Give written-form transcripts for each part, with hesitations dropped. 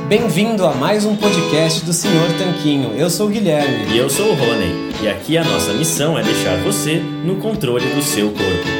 Bem-vindo a mais um podcast do Senhor Tanquinho. Eu sou o Guilherme. E eu sou o Rony. E aqui a nossa missão é deixar você no controle do seu corpo.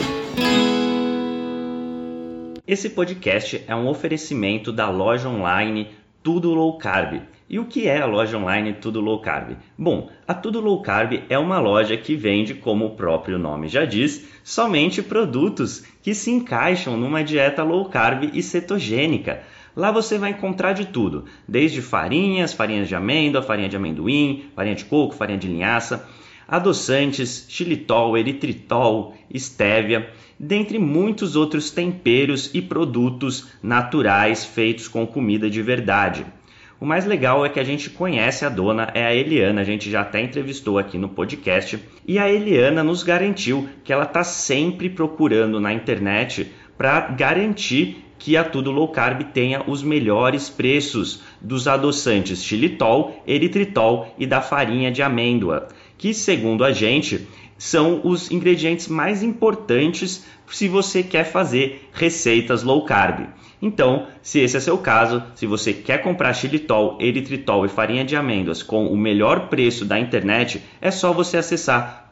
Esse podcast é um oferecimento da loja online Tudo Low Carb. E o que é a loja online Tudo Low Carb? Bom, a Tudo Low Carb é uma loja que vende, como o próprio nome já diz, somente produtos que se encaixam numa dieta low carb e cetogênica. Lá você vai encontrar de tudo, desde farinhas de amêndoa, farinha de amendoim, farinha de coco, farinha de linhaça, adoçantes, xilitol, eritritol, estévia, dentre muitos outros temperos e produtos naturais feitos com comida de verdade. O mais legal é que a gente conhece a dona, é a Eliana, a gente já até entrevistou aqui no podcast, e a Eliana nos garantiu que ela está sempre procurando na internet para garantir que a Tudo Low Carb tenha os melhores preços dos adoçantes xilitol, eritritol e da farinha de amêndoa, que, segundo a gente, são os ingredientes mais importantes se você quer fazer receitas low carb. Então, se esse é seu caso, se você quer comprar xilitol, eritritol e farinha de amêndoas com o melhor preço da internet, é só você acessar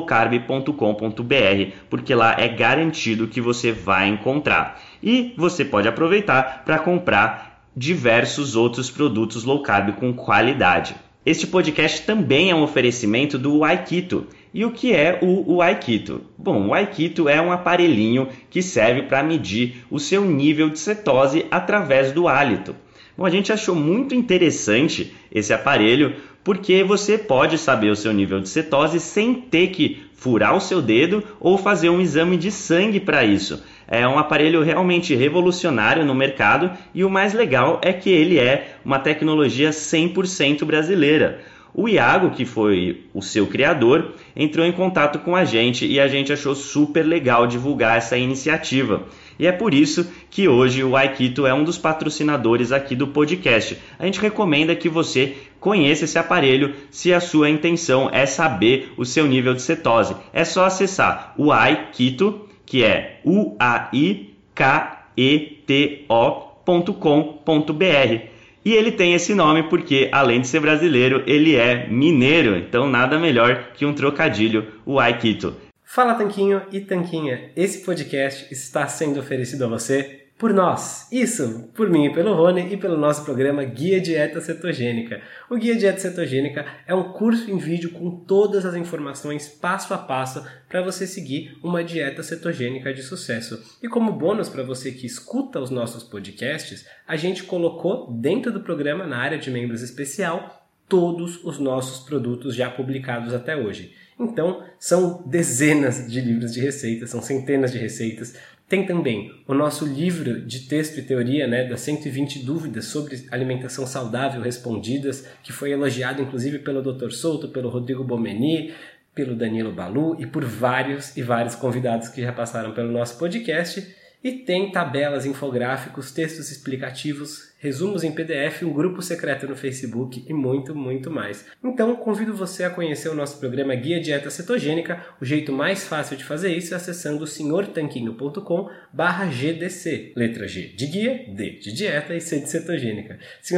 tudolowcarb.com.br, porque lá é garantido que você vai encontrar. E você pode aproveitar para comprar diversos outros produtos low carb com qualidade. Este podcast também é um oferecimento do Aikito. E o que é o Aikito? Bom, o Aikito é um aparelhinho que serve para medir o seu nível de cetose através do hálito. Bom, a gente achou muito interessante esse aparelho porque você pode saber o seu nível de cetose sem ter que furar o seu dedo ou fazer um exame de sangue para isso. É um aparelho realmente revolucionário no mercado e o mais legal é que ele é uma tecnologia 100% brasileira. O Iago, que foi o seu criador, entrou em contato com a gente e a gente achou super legal divulgar essa iniciativa. E é por isso que hoje o Aikito é um dos patrocinadores aqui do podcast. A gente recomenda que você conheça esse aparelho se a sua intenção é saber o seu nível de cetose. É só acessar o Aikito, que é uaiketo.com.br. E ele tem esse nome porque, além de ser brasileiro, ele é mineiro. Então, nada melhor que um trocadilho, o Aikito. Fala, Tanquinho e Tanquinha. Esse podcast está sendo oferecido a você por nós. Isso, por mim e pelo Rony e pelo nosso programa Guia Dieta Cetogênica. O Guia Dieta Cetogênica é um curso em vídeo com todas as informações passo a passo para você seguir uma dieta cetogênica de sucesso. E como bônus para você que escuta os nossos podcasts, a gente colocou dentro do programa, na área de membros especial, todos os nossos produtos já publicados até hoje. Então, são dezenas de livros de receitas, são centenas de receitas. Tem também o nosso livro de texto e teoria, das 120 dúvidas sobre alimentação saudável respondidas, que foi elogiado inclusive pelo Dr. Souto, pelo Rodrigo Bomeni, pelo Danilo Balu e por vários e vários convidados que já passaram pelo nosso podcast. E tem tabelas, infográficos, textos explicativos, resumos em PDF, um grupo secreto no Facebook e muito, muito mais. Então, convido você a conhecer o nosso programa Guia Dieta Cetogênica. O jeito mais fácil de fazer isso é acessando senhortanquinho.com/GDC. Letra G de guia, D de dieta e C de cetogênica.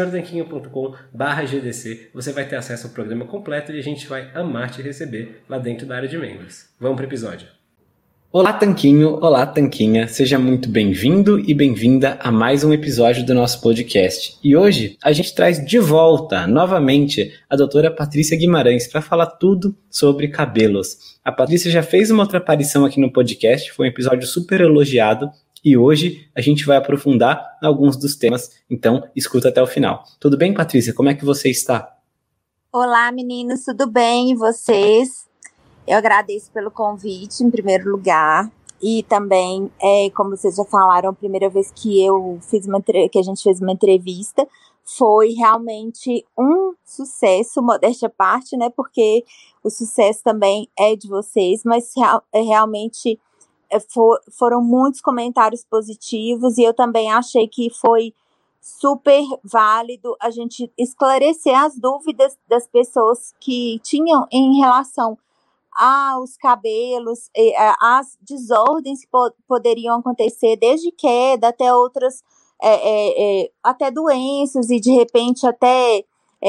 senhortanquinho.com/GDC. Você vai ter acesso ao programa completo e a gente vai amar te receber lá dentro da área de membros. Vamos para o episódio. Olá, Tanquinho! Olá, Tanquinha! Seja muito bem-vindo e bem-vinda a mais um episódio do nosso podcast. E hoje a gente traz de volta, novamente, a doutora Patrícia Guimarães para falar tudo sobre cabelos. A Patrícia já fez uma outra aparição aqui no podcast, foi um episódio super elogiado e hoje a gente vai aprofundar alguns dos temas, então escuta até o final. Tudo bem, Patrícia? Como é que você está? Olá, meninos, tudo bem? E vocês? Eu agradeço pelo convite, em primeiro lugar, e também, como vocês já falaram, a primeira vez que que a gente fez uma entrevista foi realmente um sucesso, modéstia à parte, porque o sucesso também é de vocês, mas realmente foram muitos comentários positivos e eu também achei que foi super válido a gente esclarecer as dúvidas das pessoas que tinham em relação aos cabelos, as desordens que poderiam acontecer, desde queda até outras até doenças e, de repente, até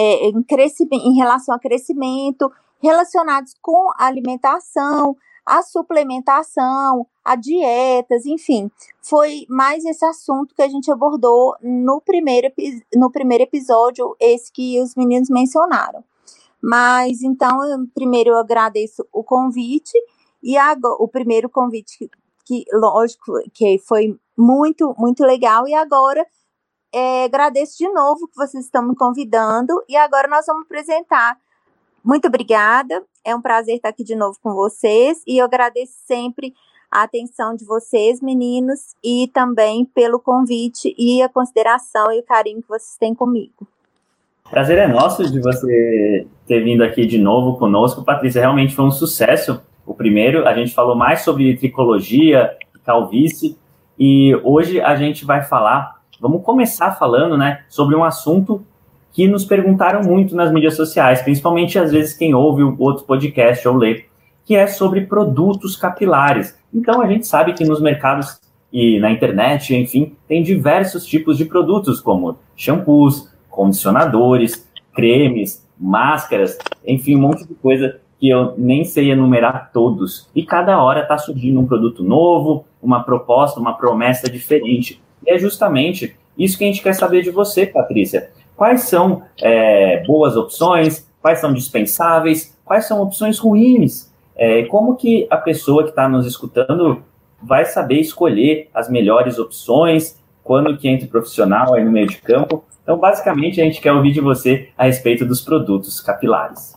em relação a crescimento, relacionados com a alimentação, a suplementação, a dietas, enfim. Foi mais esse assunto que a gente abordou no primeiro episódio, esse que os meninos mencionaram. Mas, então, primeiro eu agradeço o convite, e o primeiro convite que, lógico, que foi muito, muito legal, e agora agradeço de novo que vocês estão me convidando, e agora nós vamos apresentar. Muito obrigada, é um prazer estar aqui de novo com vocês, e eu agradeço sempre a atenção de vocês, meninos, e também pelo convite e a consideração e o carinho que vocês têm comigo. Prazer é nosso de você ter vindo aqui de novo conosco, Patrícia. Realmente foi um sucesso. O primeiro, a gente falou mais sobre tricologia, calvície, e hoje a gente vai vamos começar falando, né, sobre um assunto que nos perguntaram muito nas mídias sociais, principalmente às vezes quem ouve o outro podcast ou lê, que é sobre produtos capilares. Então a gente sabe que nos mercados e na internet, enfim, tem diversos tipos de produtos, como shampoos, condicionadores, cremes, máscaras, enfim, um monte de coisa que eu nem sei enumerar todos. E cada hora está surgindo um produto novo, uma proposta, uma promessa diferente. E é justamente isso que a gente quer saber de você, Patrícia. Quais são boas opções, quais são dispensáveis, quais são opções ruins? Como que a pessoa que está nos escutando vai saber escolher as melhores opções, quando que entra o profissional aí no meio de campo? Então, basicamente, a gente quer ouvir de você a respeito dos produtos capilares.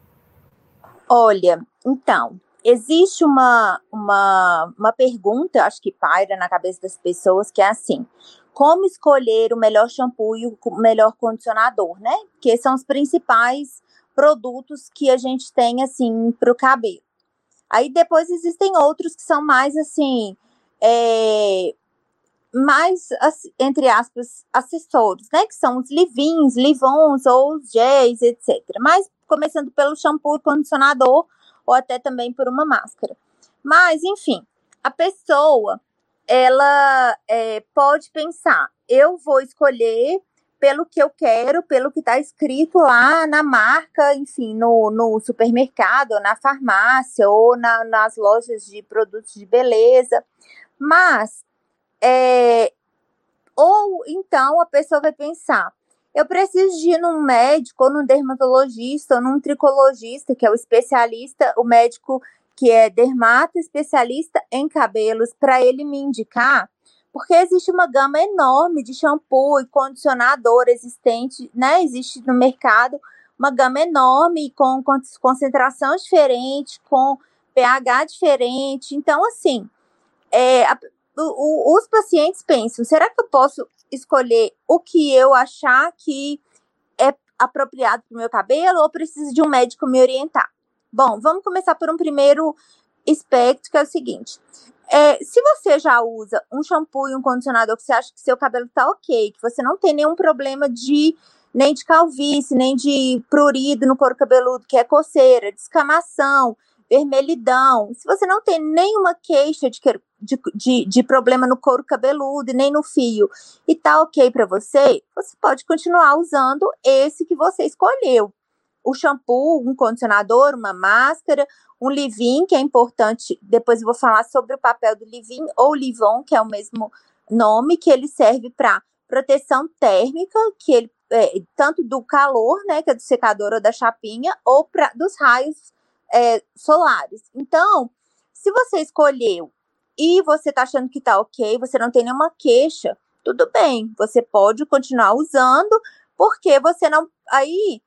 Olha, então, existe uma pergunta, acho que paira na cabeça das pessoas, que é assim: como escolher o melhor shampoo e o melhor condicionador, né? Que são os principais produtos que a gente tem, assim, para o cabelo. Aí depois existem outros que são mais, assim, mais, entre aspas, acessórios, né? Que são os leave-ins, leave-ons ou os géis, etc. Mas começando pelo shampoo e condicionador, ou até também por uma máscara. Mas, enfim, a pessoa, ela pode pensar: eu vou escolher pelo que eu quero, pelo que está escrito lá na marca, enfim, no supermercado, ou na farmácia, ou nas lojas de produtos de beleza. Mas ou então a pessoa vai pensar: eu preciso de ir num médico, ou num dermatologista, ou num tricologista, que é o especialista, o médico que é dermato especialista em cabelos, para ele me indicar, porque existe uma gama enorme de shampoo e condicionador existente, né? Existe no mercado uma gama enorme, com concentração diferente, com pH diferente. Então, assim, os pacientes pensam: será que eu posso escolher o que eu achar que é apropriado para o meu cabelo, ou preciso de um médico me orientar? Bom, vamos começar por um primeiro aspecto, que é o seguinte: se você já usa um shampoo e um condicionador que você acha que seu cabelo está ok, que você não tem nenhum problema nem de calvície, nem de prurido no couro cabeludo, que é coceira, descamação, vermelhidão, se você não tem nenhuma queixa de problema no couro cabeludo e nem no fio, e tá ok para você pode continuar usando esse que você escolheu. O shampoo, um condicionador, uma máscara, um leave-in, que é importante. Depois eu vou falar sobre o papel do leave-in ou leave-on, que é o mesmo nome, que ele serve para proteção térmica, que ele tanto do calor, né, que é do secador ou da chapinha, ou dos raios solares. Então, se você escolheu e você tá achando que tá ok, você não tem nenhuma queixa, tudo bem, você pode continuar usando, porque você não... Aí,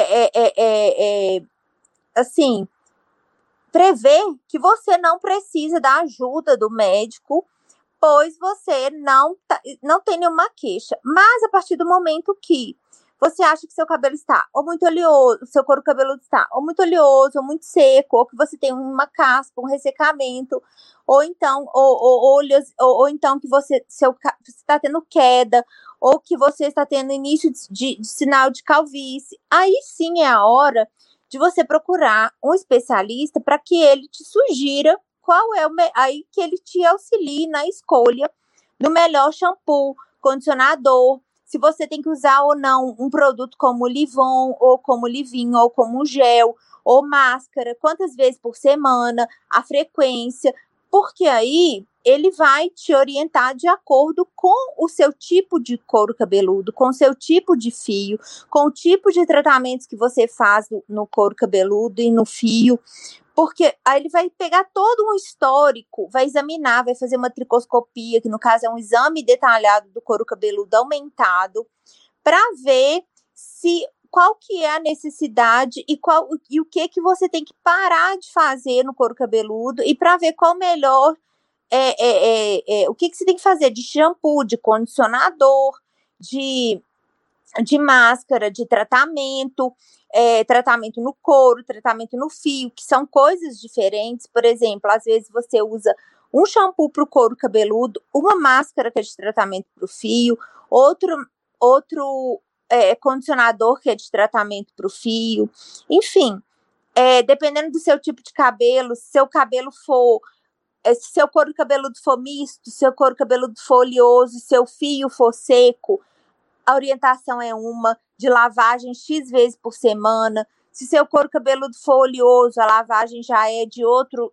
assim, prevê que você não precisa da ajuda do médico, pois você não tem nenhuma queixa. Mas a partir do momento que você acha que seu cabelo está ou muito oleoso, seu couro cabeludo está ou muito oleoso, ou muito seco, ou que você tem uma caspa, um ressecamento, ou então, ou então que você está tendo queda, ou que você está tendo início de sinal de calvície, aí sim é a hora de você procurar um especialista para que ele te sugira qual é aí que ele te auxilie na escolha do melhor shampoo, condicionador, se você tem que usar ou não um produto como Livon, ou como Livin, ou como gel, ou máscara, quantas vezes por semana, a frequência, porque aí ele vai te orientar de acordo com o seu tipo de couro cabeludo, com o seu tipo de fio, com o tipo de tratamentos que você faz no couro cabeludo e no fio, porque aí ele vai pegar todo um histórico, vai examinar, vai fazer uma tricoscopia, que no caso é um exame detalhado do couro cabeludo aumentado, para ver qual que é a necessidade e o que você tem que parar de fazer no couro cabeludo, e para ver qual melhor o que você tem que fazer de shampoo, de condicionador, de máscara, de tratamento, tratamento no couro, tratamento no fio, que são coisas diferentes. Por exemplo, às vezes você usa um shampoo para o couro cabeludo, uma máscara que é de tratamento para o fio, outro condicionador que é de tratamento para o fio, enfim, dependendo do seu tipo de cabelo, se seu cabelo for, se seu couro cabeludo for misto, se seu couro cabeludo for oleoso, se seu fio for seco, a orientação é uma de lavagem X vezes por semana. Se seu couro cabeludo for oleoso, a lavagem já é de outro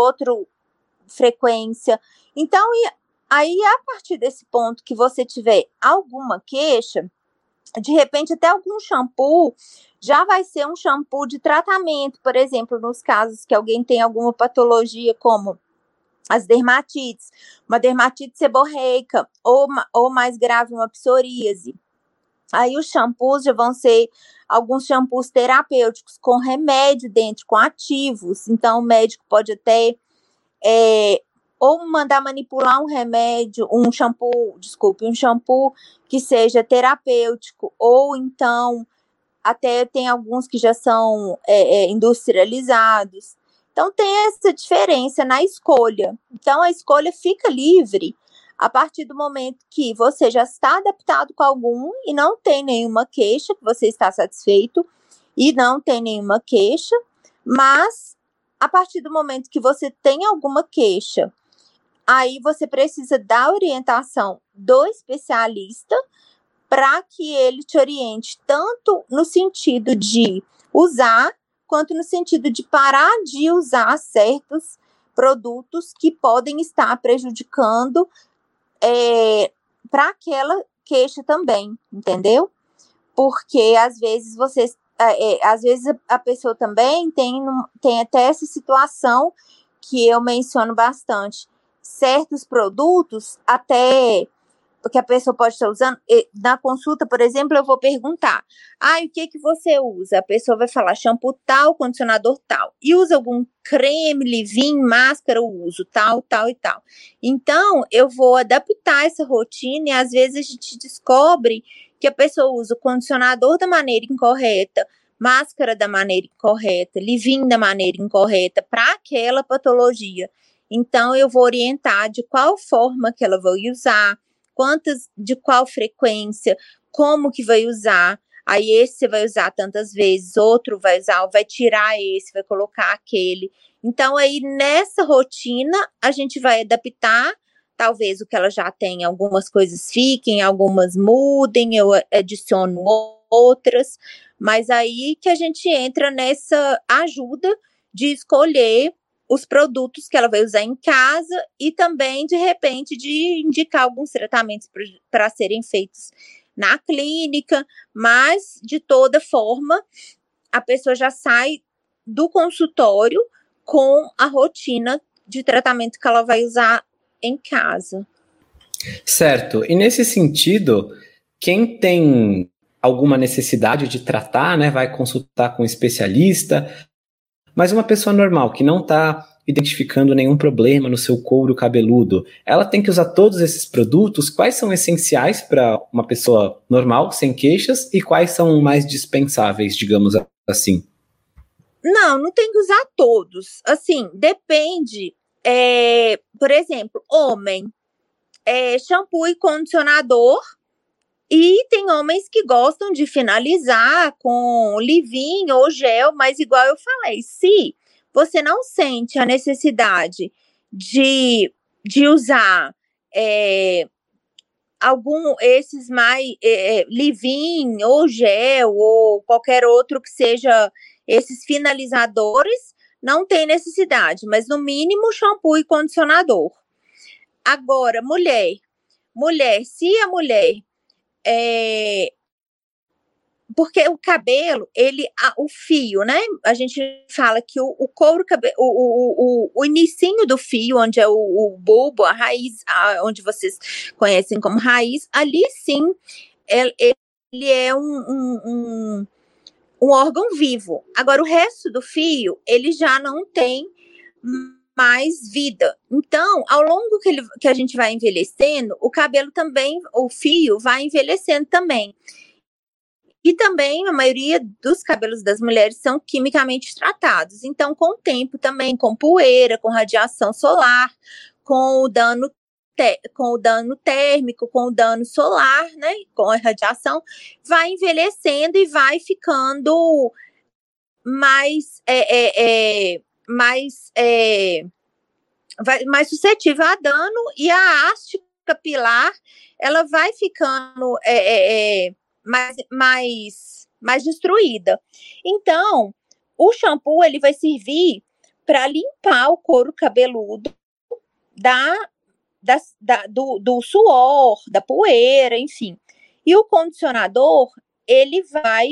frequência. Então, aí a partir desse ponto que você tiver alguma queixa, de repente até algum shampoo já vai ser um shampoo de tratamento, por exemplo, nos casos que alguém tem alguma patologia como as dermatites, uma dermatite seborreica ou mais grave, uma psoríase. Aí os shampoos já vão ser alguns shampoos terapêuticos com remédio dentro, com ativos. Então o médico pode até ou mandar manipular um remédio, um shampoo que seja terapêutico, ou então até tem alguns que já são industrializados. Então tem essa diferença na escolha. Então a escolha fica livre a partir do momento que você já está adaptado com algum e não tem nenhuma queixa, que você está satisfeito e não tem nenhuma queixa, mas a partir do momento que você tem alguma queixa, aí você precisa da orientação do especialista para que ele te oriente tanto no sentido de usar, quanto no sentido de parar de usar certos produtos que podem estar prejudicando para aquela queixa também, entendeu? Porque às vezes a pessoa também tem até essa situação que eu menciono bastante. Certos produtos, até que a pessoa pode estar usando, na consulta, por exemplo, eu vou perguntar, o que você usa? A pessoa vai falar shampoo tal, condicionador tal, e usa algum creme, leave-in, máscara, eu uso tal, tal e tal. Então, eu vou adaptar essa rotina e às vezes a gente descobre que a pessoa usa o condicionador da maneira incorreta, máscara da maneira incorreta, leave-in da maneira incorreta para aquela patologia. Então, eu vou orientar de qual forma que ela vai usar, de qual frequência, como que vai usar. Aí esse você vai usar tantas vezes, outro vai tirar esse, vai colocar aquele. Então, aí nessa rotina, a gente vai adaptar, talvez o que ela já tem, algumas coisas fiquem, algumas mudem, eu adiciono outras, mas aí que a gente entra nessa ajuda de escolher os produtos que ela vai usar em casa e também, de repente, de indicar alguns tratamentos para serem feitos na clínica, mas, de toda forma, a pessoa já sai do consultório com a rotina de tratamento que ela vai usar em casa. Certo. E nesse sentido, quem tem alguma necessidade de tratar, né, vai consultar com um especialista, mas uma pessoa normal, que não está identificando nenhum problema no seu couro cabeludo, ela tem que usar todos esses produtos? Quais são essenciais para uma pessoa normal, sem queixas, e quais são mais dispensáveis, digamos assim? Não tem que usar todos. Assim, depende. Por exemplo, homem, shampoo e condicionador, e tem homens que gostam de finalizar com leave-in ou gel, mas igual eu falei, se você não sente a necessidade de usar esses mais leave-in ou gel ou qualquer outro que seja esses finalizadores, não tem necessidade, mas no mínimo shampoo e condicionador. Agora, mulher, se a mulher porque o cabelo, o fio, né? A gente fala que o couro cabelo, o inicinho do fio, onde é o bulbo, a raiz, onde vocês conhecem como raiz, ali sim, ele é um órgão vivo. Agora, o resto do fio, ele já não tem mais vida. Então, ao longo que a gente vai envelhecendo, o cabelo também, o fio vai envelhecendo também. E também a maioria dos cabelos das mulheres são quimicamente tratados. Então, com o tempo também, com poeira, com radiação solar, com o dano térmico, com o dano solar, né? Com a radiação, vai envelhecendo e vai ficando mais suscetível a dano, e a haste capilar ela vai ficando mais destruída. Então, o shampoo ele vai servir para limpar o couro cabeludo do suor, da poeira, enfim. E o condicionador, ele vai,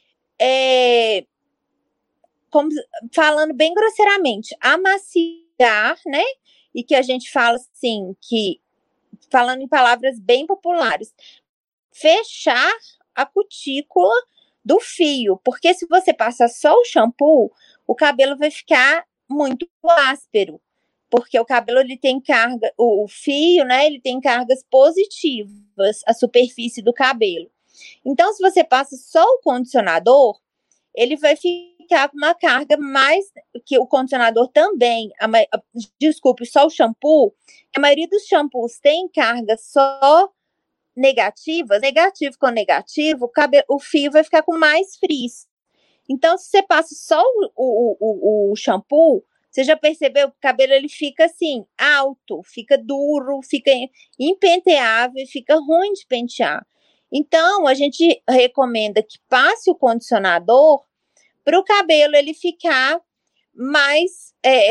falando bem grosseiramente, amaciar, né? E que a gente fala assim, falando em palavras bem populares, fechar a cutícula do fio, porque se você passar só o shampoo, o cabelo vai ficar muito áspero, porque o cabelo ele tem carga, o fio, né, ele tem cargas positivas, a superfície do cabelo. Então, se você passa só o condicionador, ele vai ficar com uma carga mais, que o condicionador também, só o shampoo, a maioria dos shampoos tem carga só negativas, negativo com negativo, o fio vai ficar com mais frizz. Então, se você passa só o shampoo, você já percebeu que o cabelo ele fica assim, alto, fica duro, fica impenteável, fica ruim de pentear. Então, a gente recomenda que passe o condicionador para o cabelo ele ficar mais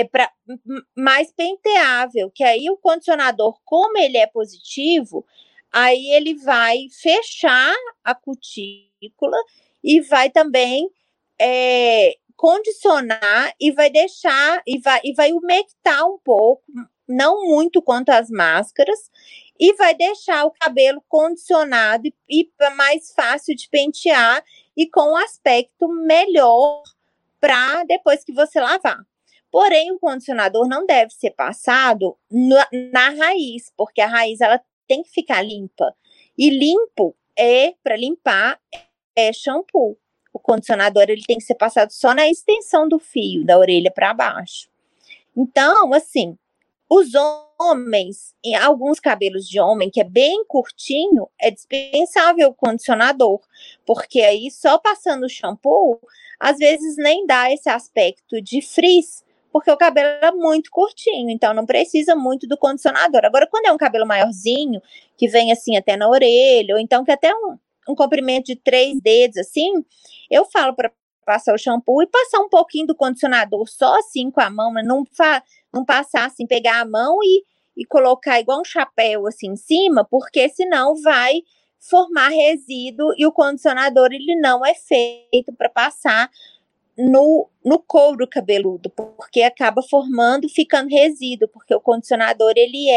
penteável, que aí o condicionador, como ele é positivo, aí ele vai fechar a cutícula e vai também condicionar e vai deixar, e vai umectar um pouco, não muito quanto as máscaras, e vai deixar o cabelo condicionado e mais fácil de pentear e com um aspecto melhor para depois que você lavar. Porém, o condicionador não deve ser passado na raiz, porque a raiz ela tem que ficar limpa. E limpo para limpar shampoo. O condicionador ele tem que ser passado só na extensão do fio, da orelha para baixo. Então, assim, os homens, em alguns cabelos de homem, que é bem curtinho, é dispensável o condicionador, porque aí só passando o shampoo, às vezes nem dá esse aspecto de frizz, porque o cabelo é muito curtinho, então não precisa muito do condicionador. Agora, quando é um cabelo maiorzinho, que vem assim até na orelha, ou então que até um comprimento de 3 dedos, assim, eu falo para passar o shampoo e passar um pouquinho do condicionador, só assim com a mão, mas não passar assim, pegar a mão e colocar igual um chapéu assim em cima, porque senão vai formar resíduo e o condicionador ele não é feito para passar no couro cabeludo, porque acaba formando, ficando resíduo, porque o condicionador ele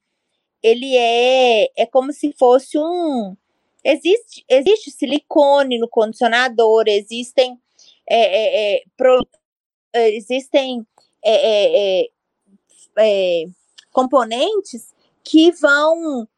é como se fosse existe silicone no condicionador, existem componentes que vão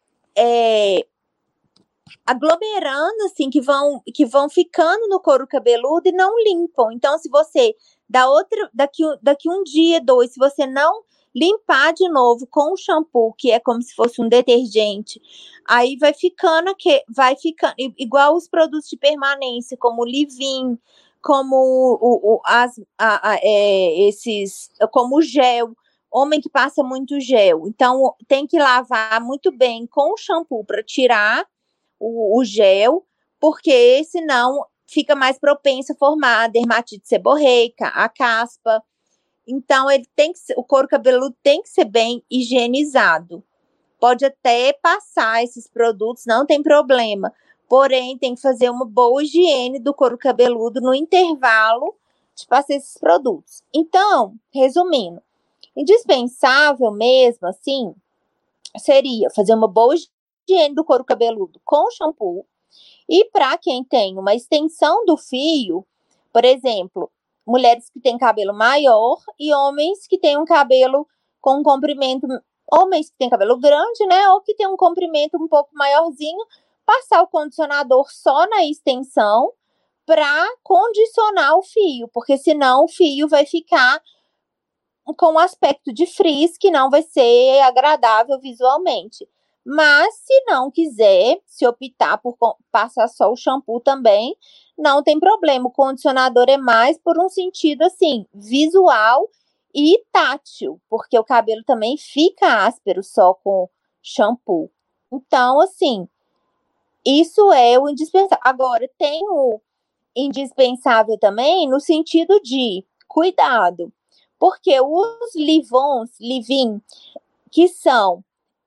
aglomerando, assim, que vão ficando no couro cabeludo e não limpam. Então, se você daqui um dia, 2, se você não limpar de novo com o shampoo, que é como se fosse um detergente, aí vai ficando igual os produtos de permanência, como o leave-in, como como o gel. Homem que passa muito gel, então tem que lavar muito bem com o shampoo para tirar o gel, porque senão fica mais propenso a formar a dermatite seborreica, a caspa. Então o couro cabeludo tem que ser bem higienizado. Pode até passar esses produtos, não tem problema. Porém, tem que fazer uma boa higiene do couro cabeludo no intervalo de passar esses produtos. Então, resumindo, indispensável mesmo, assim, seria fazer uma boa higiene do couro cabeludo com shampoo. E para quem tem uma extensão do fio, por exemplo, mulheres que têm cabelo maior e homens que têm um cabelo com um comprimento, homens que têm cabelo grande, né, ou que têm um comprimento um pouco maiorzinho, passar o condicionador só na extensão para condicionar o fio, porque senão o fio vai ficar com um aspecto de frizz que não vai ser agradável visualmente. Mas se não quiser, se optar por passar só o shampoo também, não tem problema. O condicionador é mais por um sentido assim, visual e tátil, porque o cabelo também fica áspero só com shampoo. Então, assim, isso é o indispensável. Agora, tem o indispensável também no sentido de cuidado, porque os leave-in, que são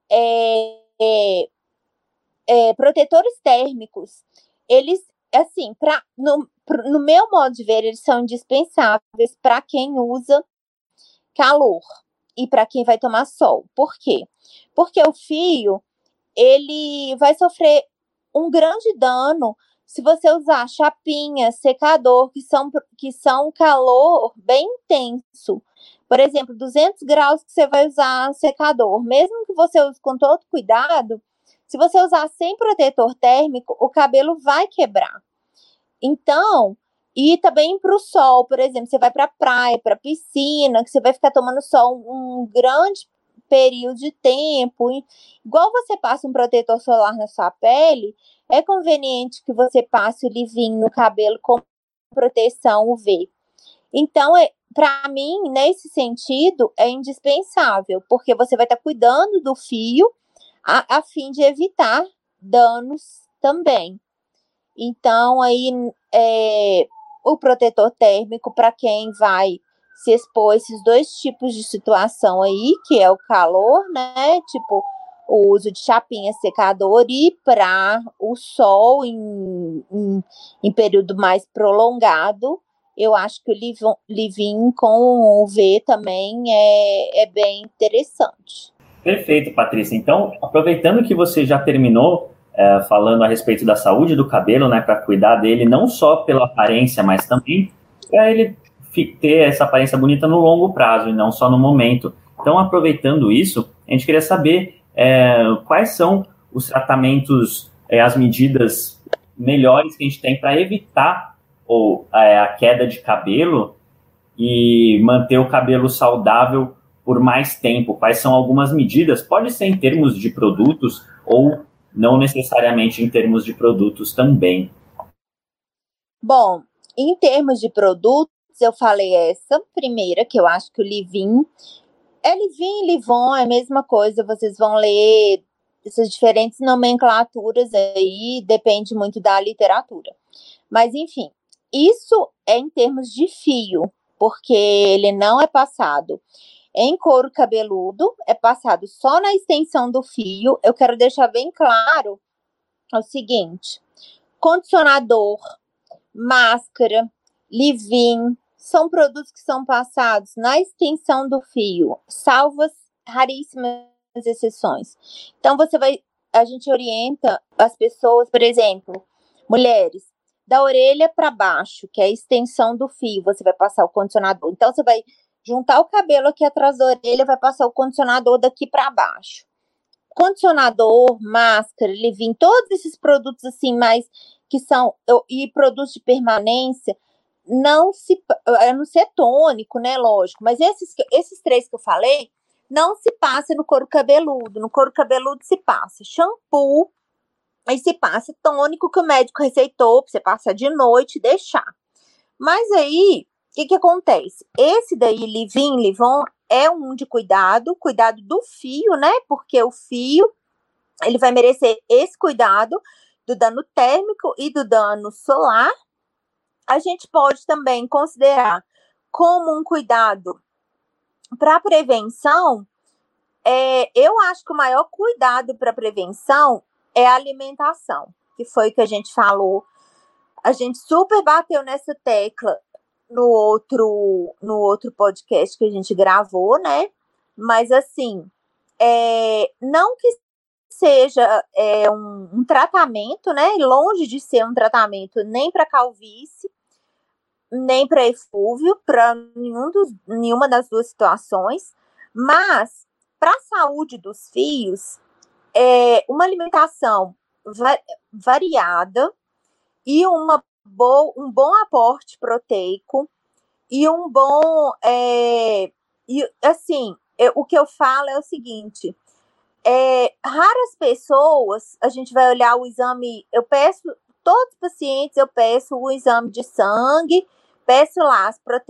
protetores térmicos, eles, assim, no meu modo de ver, eles são indispensáveis para quem usa calor e para quem vai tomar sol. Por quê? Porque o fio, ele vai sofrer um grande dano se você usar chapinha, secador, que são calor bem intenso. Por exemplo, 200 graus que você vai usar secador. Mesmo que você use com todo cuidado, se você usar sem protetor térmico, o cabelo vai quebrar. Então, e também para o sol, por exemplo, você vai para a praia, para a piscina, que você vai ficar tomando sol um grande período de tempo. Igual você passa um protetor solar na sua pele, é conveniente que você passe o leave-in no cabelo com proteção UV. Então, para mim, nesse sentido, é indispensável, porque você vai estar cuidando do fio a fim de evitar danos também. Então, aí, o protetor térmico, para quem vai se expor a esses dois tipos de situação aí, que é o calor, né? Tipo, o uso de chapinha, secador, e para o sol em período mais prolongado, eu acho que o leave-in com UV também é bem interessante. Perfeito, Patrícia. Então, aproveitando que você já terminou falando a respeito da saúde do cabelo, né, para cuidar dele não só pela aparência, mas também para ele ter essa aparência bonita no longo prazo e não só no momento. Então, aproveitando isso, a gente queria saber quais são os tratamentos, as medidas melhores que a gente tem para evitar a queda de cabelo e manter o cabelo saudável por mais tempo. Quais são algumas medidas? Pode ser em termos de produtos ou não necessariamente em termos de produtos também. Bom, em termos de produtos, eu falei essa primeira, que eu acho que o leave-in e Livon é a mesma coisa, vocês vão ler essas diferentes nomenclaturas aí, depende muito da literatura. Mas, enfim, isso é em termos de fio, porque ele não é passado em couro cabeludo, é passado só na extensão do fio. Eu quero deixar bem claro o seguinte: condicionador, máscara, leave-in, são produtos que são passados na extensão do fio, salvo raríssimas exceções. Então, a gente orienta as pessoas, por exemplo, mulheres, da orelha para baixo, que é a extensão do fio, você vai passar o condicionador. Então, você vai juntar o cabelo aqui atrás da orelha, vai passar o condicionador daqui para baixo. Condicionador, máscara, leave-in, todos esses produtos assim, mais que são, e produtos de permanência, a não ser tônico, né, lógico, mas esses três que eu falei, não se passa no couro cabeludo. No couro cabeludo se passa shampoo, aí se passa tônico que o médico receitou, pra você passar de noite e deixar. Mas aí, o que acontece? Esse daí, leave-in, Livon, é um de cuidado do fio, né? Porque o fio, ele vai merecer esse cuidado do dano térmico e do dano solar. A gente pode também considerar como um cuidado para prevenção. Eu acho que o maior cuidado para prevenção é a alimentação, que foi o que a gente falou. A gente super bateu nessa tecla no outro podcast que a gente gravou, né? Mas assim, não que seja um tratamento, né? Longe de ser um tratamento nem para calvície, nem para eflúvio, para nenhuma das duas situações, mas para a saúde dos fios, uma alimentação variada e um bom aporte proteico e um bom... e assim, o que eu falo é o seguinte, raras pessoas, a gente vai olhar o exame, todos os pacientes eu peço o exame de sangue, peço lá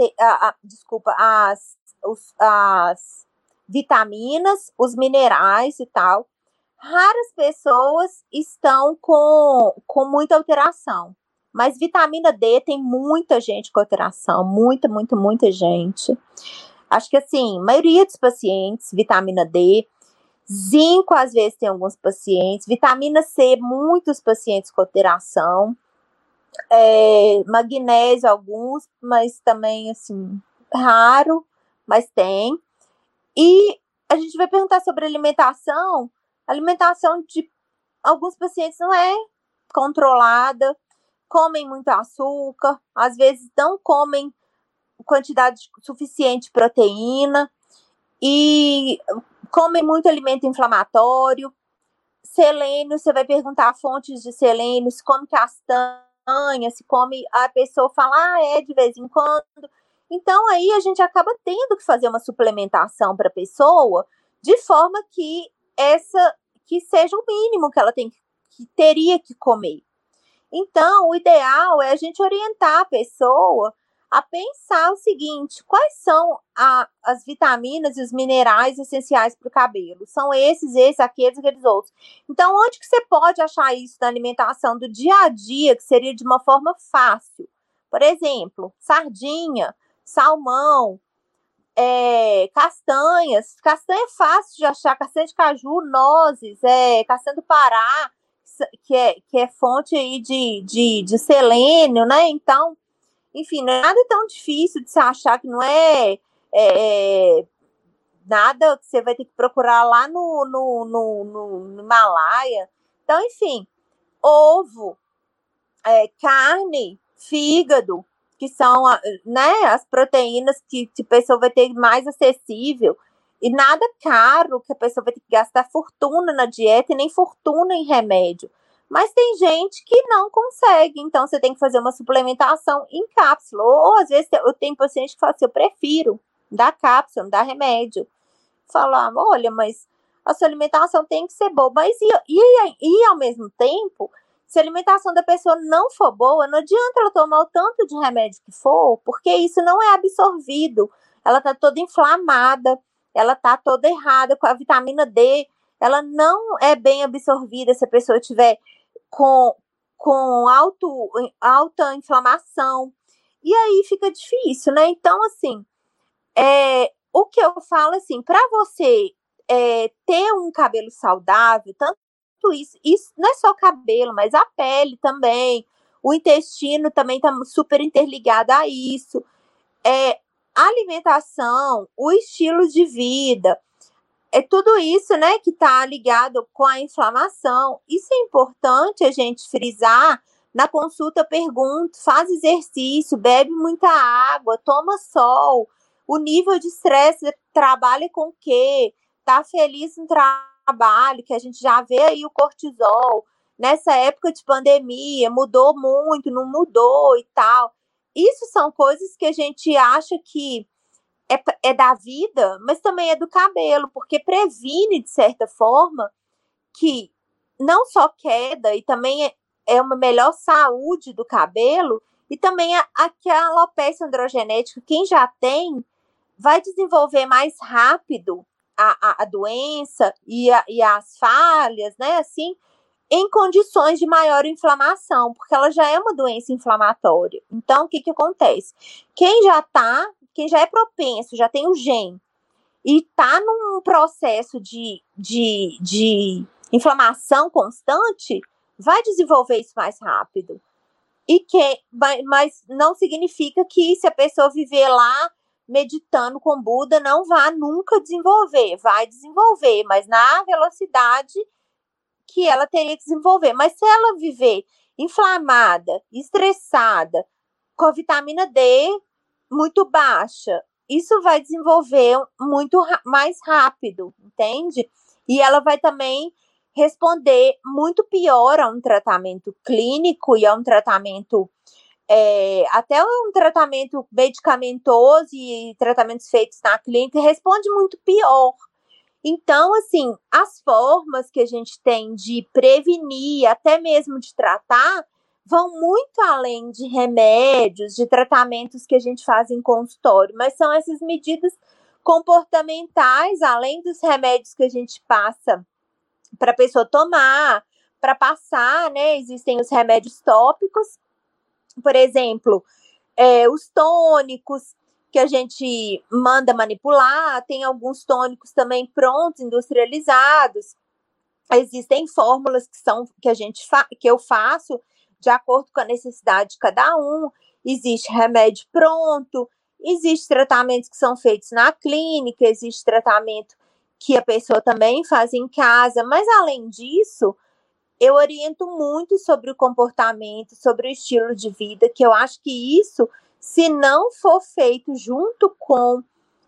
as vitaminas, os minerais e tal. Raras pessoas estão com muita alteração. Mas vitamina D tem muita gente com alteração. Muita, muita, muita gente. Acho que assim, a maioria dos pacientes, vitamina D. Zinco, às vezes, tem alguns pacientes. Vitamina C, muitos pacientes com alteração. Magnésio, alguns, mas também, assim, raro, mas tem. E a gente vai perguntar sobre alimentação. A alimentação de alguns pacientes não é controlada, comem muito açúcar, às vezes não comem quantidade suficiente de proteína e comem muito alimento inflamatório. Selênio, você vai perguntar fontes de selênio, se come castanha, se come, a pessoa fala, de vez em quando. Então, aí a gente acaba tendo que fazer uma suplementação para a pessoa, de forma que seja o mínimo que ela teria que comer. Então, o ideal é a gente orientar a pessoa a pensar o seguinte: quais são as vitaminas e os minerais essenciais para o cabelo? São esses, aqueles outros. Então, onde que você pode achar isso na alimentação do dia a dia, que seria de uma forma fácil? Por exemplo, sardinha, salmão, castanhas. Castanha é fácil de achar, castanha de caju, nozes, castanha do Pará, que é fonte aí de selênio, né? Então, enfim, não é nada tão difícil de se achar, que não é nada que você vai ter que procurar lá no Himalaia. Então, enfim, ovo, carne, fígado, que são, né, as proteínas que a pessoa vai ter mais acessível, e nada caro, que a pessoa vai ter que gastar fortuna na dieta e nem fortuna em remédio. Mas tem gente que não consegue, então você tem que fazer uma suplementação em cápsula. Ou às vezes eu tenho paciente que fala assim: eu prefiro dar cápsula, não dar remédio. Falar, olha, mas a sua alimentação tem que ser boa. Mas e ao mesmo tempo, se a alimentação da pessoa não for boa, não adianta ela tomar o tanto de remédio que for, porque isso não é absorvido. Ela está toda inflamada, ela está toda errada. Com a vitamina D, ela não é bem absorvida se a pessoa tiver com alta inflamação. E aí fica difícil, né? Então, assim, o que eu falo, assim, para você ter um cabelo saudável, tanto isso não é só o cabelo, mas a pele também, o intestino também está super interligado a isso, a alimentação, o estilo de vida, tudo isso, né, que está ligado com a inflamação. Isso é importante a gente frisar. Na consulta, pergunta, faz exercício, bebe muita água, toma sol, o nível de estresse, trabalha com o quê? Tá feliz no trabalho, que a gente já vê aí o cortisol. Nessa época de pandemia, mudou muito, não mudou e tal. Isso são coisas que a gente acha que é da vida, mas também é do cabelo, porque previne, de certa forma, que não só queda, e também é uma melhor saúde do cabelo, e também a alopecia androgenética, quem já tem, vai desenvolver mais rápido a doença e as falhas, né, assim, em condições de maior inflamação, porque ela já é uma doença inflamatória. Então, o que acontece? Quem já é propenso, já tem o gene, e está num processo de inflamação constante, vai desenvolver isso mais rápido. Mas não significa que se a pessoa viver lá meditando com Buda, não vá nunca desenvolver. Vai desenvolver, mas na velocidade que ela teria que desenvolver. Mas se ela viver inflamada, estressada, com a vitamina D muito baixa, isso vai desenvolver muito mais rápido, entende? E ela vai também responder muito pior a um tratamento clínico e a um tratamento, até um tratamento medicamentoso e tratamentos feitos na clínica, responde muito pior. Então, assim, as formas que a gente tem de prevenir, até mesmo de tratar, vão muito além de remédios, de tratamentos que a gente faz em consultório, mas são essas medidas comportamentais, além dos remédios que a gente passa para a pessoa tomar, para passar, né? Existem os remédios tópicos, por exemplo, os tônicos, que a gente manda manipular, tem alguns tônicos também prontos, industrializados. Existem fórmulas que eu faço de acordo com a necessidade de cada um. Existe remédio pronto, existe tratamentos que são feitos na clínica, existe tratamento que a pessoa também faz em casa, mas além disso, eu oriento muito sobre o comportamento, sobre o estilo de vida, que eu acho que isso, se não for feito junto com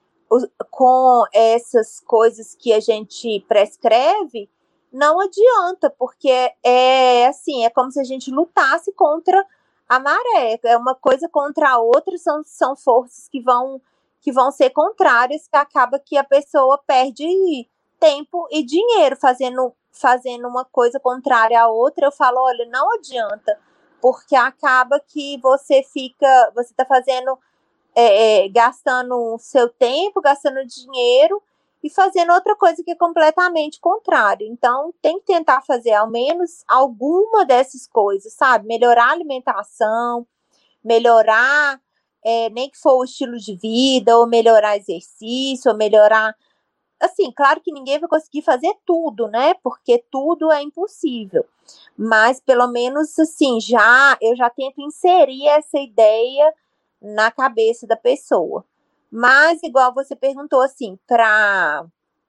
essas coisas que a gente prescreve, não adianta, porque é como se a gente lutasse contra a maré. É uma coisa contra a outra, são forças que vão ser contrárias, que acaba que a pessoa perde tempo e dinheiro fazendo uma coisa contrária à outra. Eu falo, olha, não adianta, porque acaba que você está fazendo, gastando seu tempo, gastando dinheiro e fazendo outra coisa que é completamente contrária. Então, tem que tentar fazer ao menos alguma dessas coisas, sabe? Melhorar a alimentação, melhorar, nem que for o estilo de vida, ou melhorar exercício, ou melhorar... Assim, claro que ninguém vai conseguir fazer tudo, né? Porque tudo é impossível. Mas, pelo menos, assim, eu já tento inserir essa ideia na cabeça da pessoa. Mas, igual você perguntou, assim, para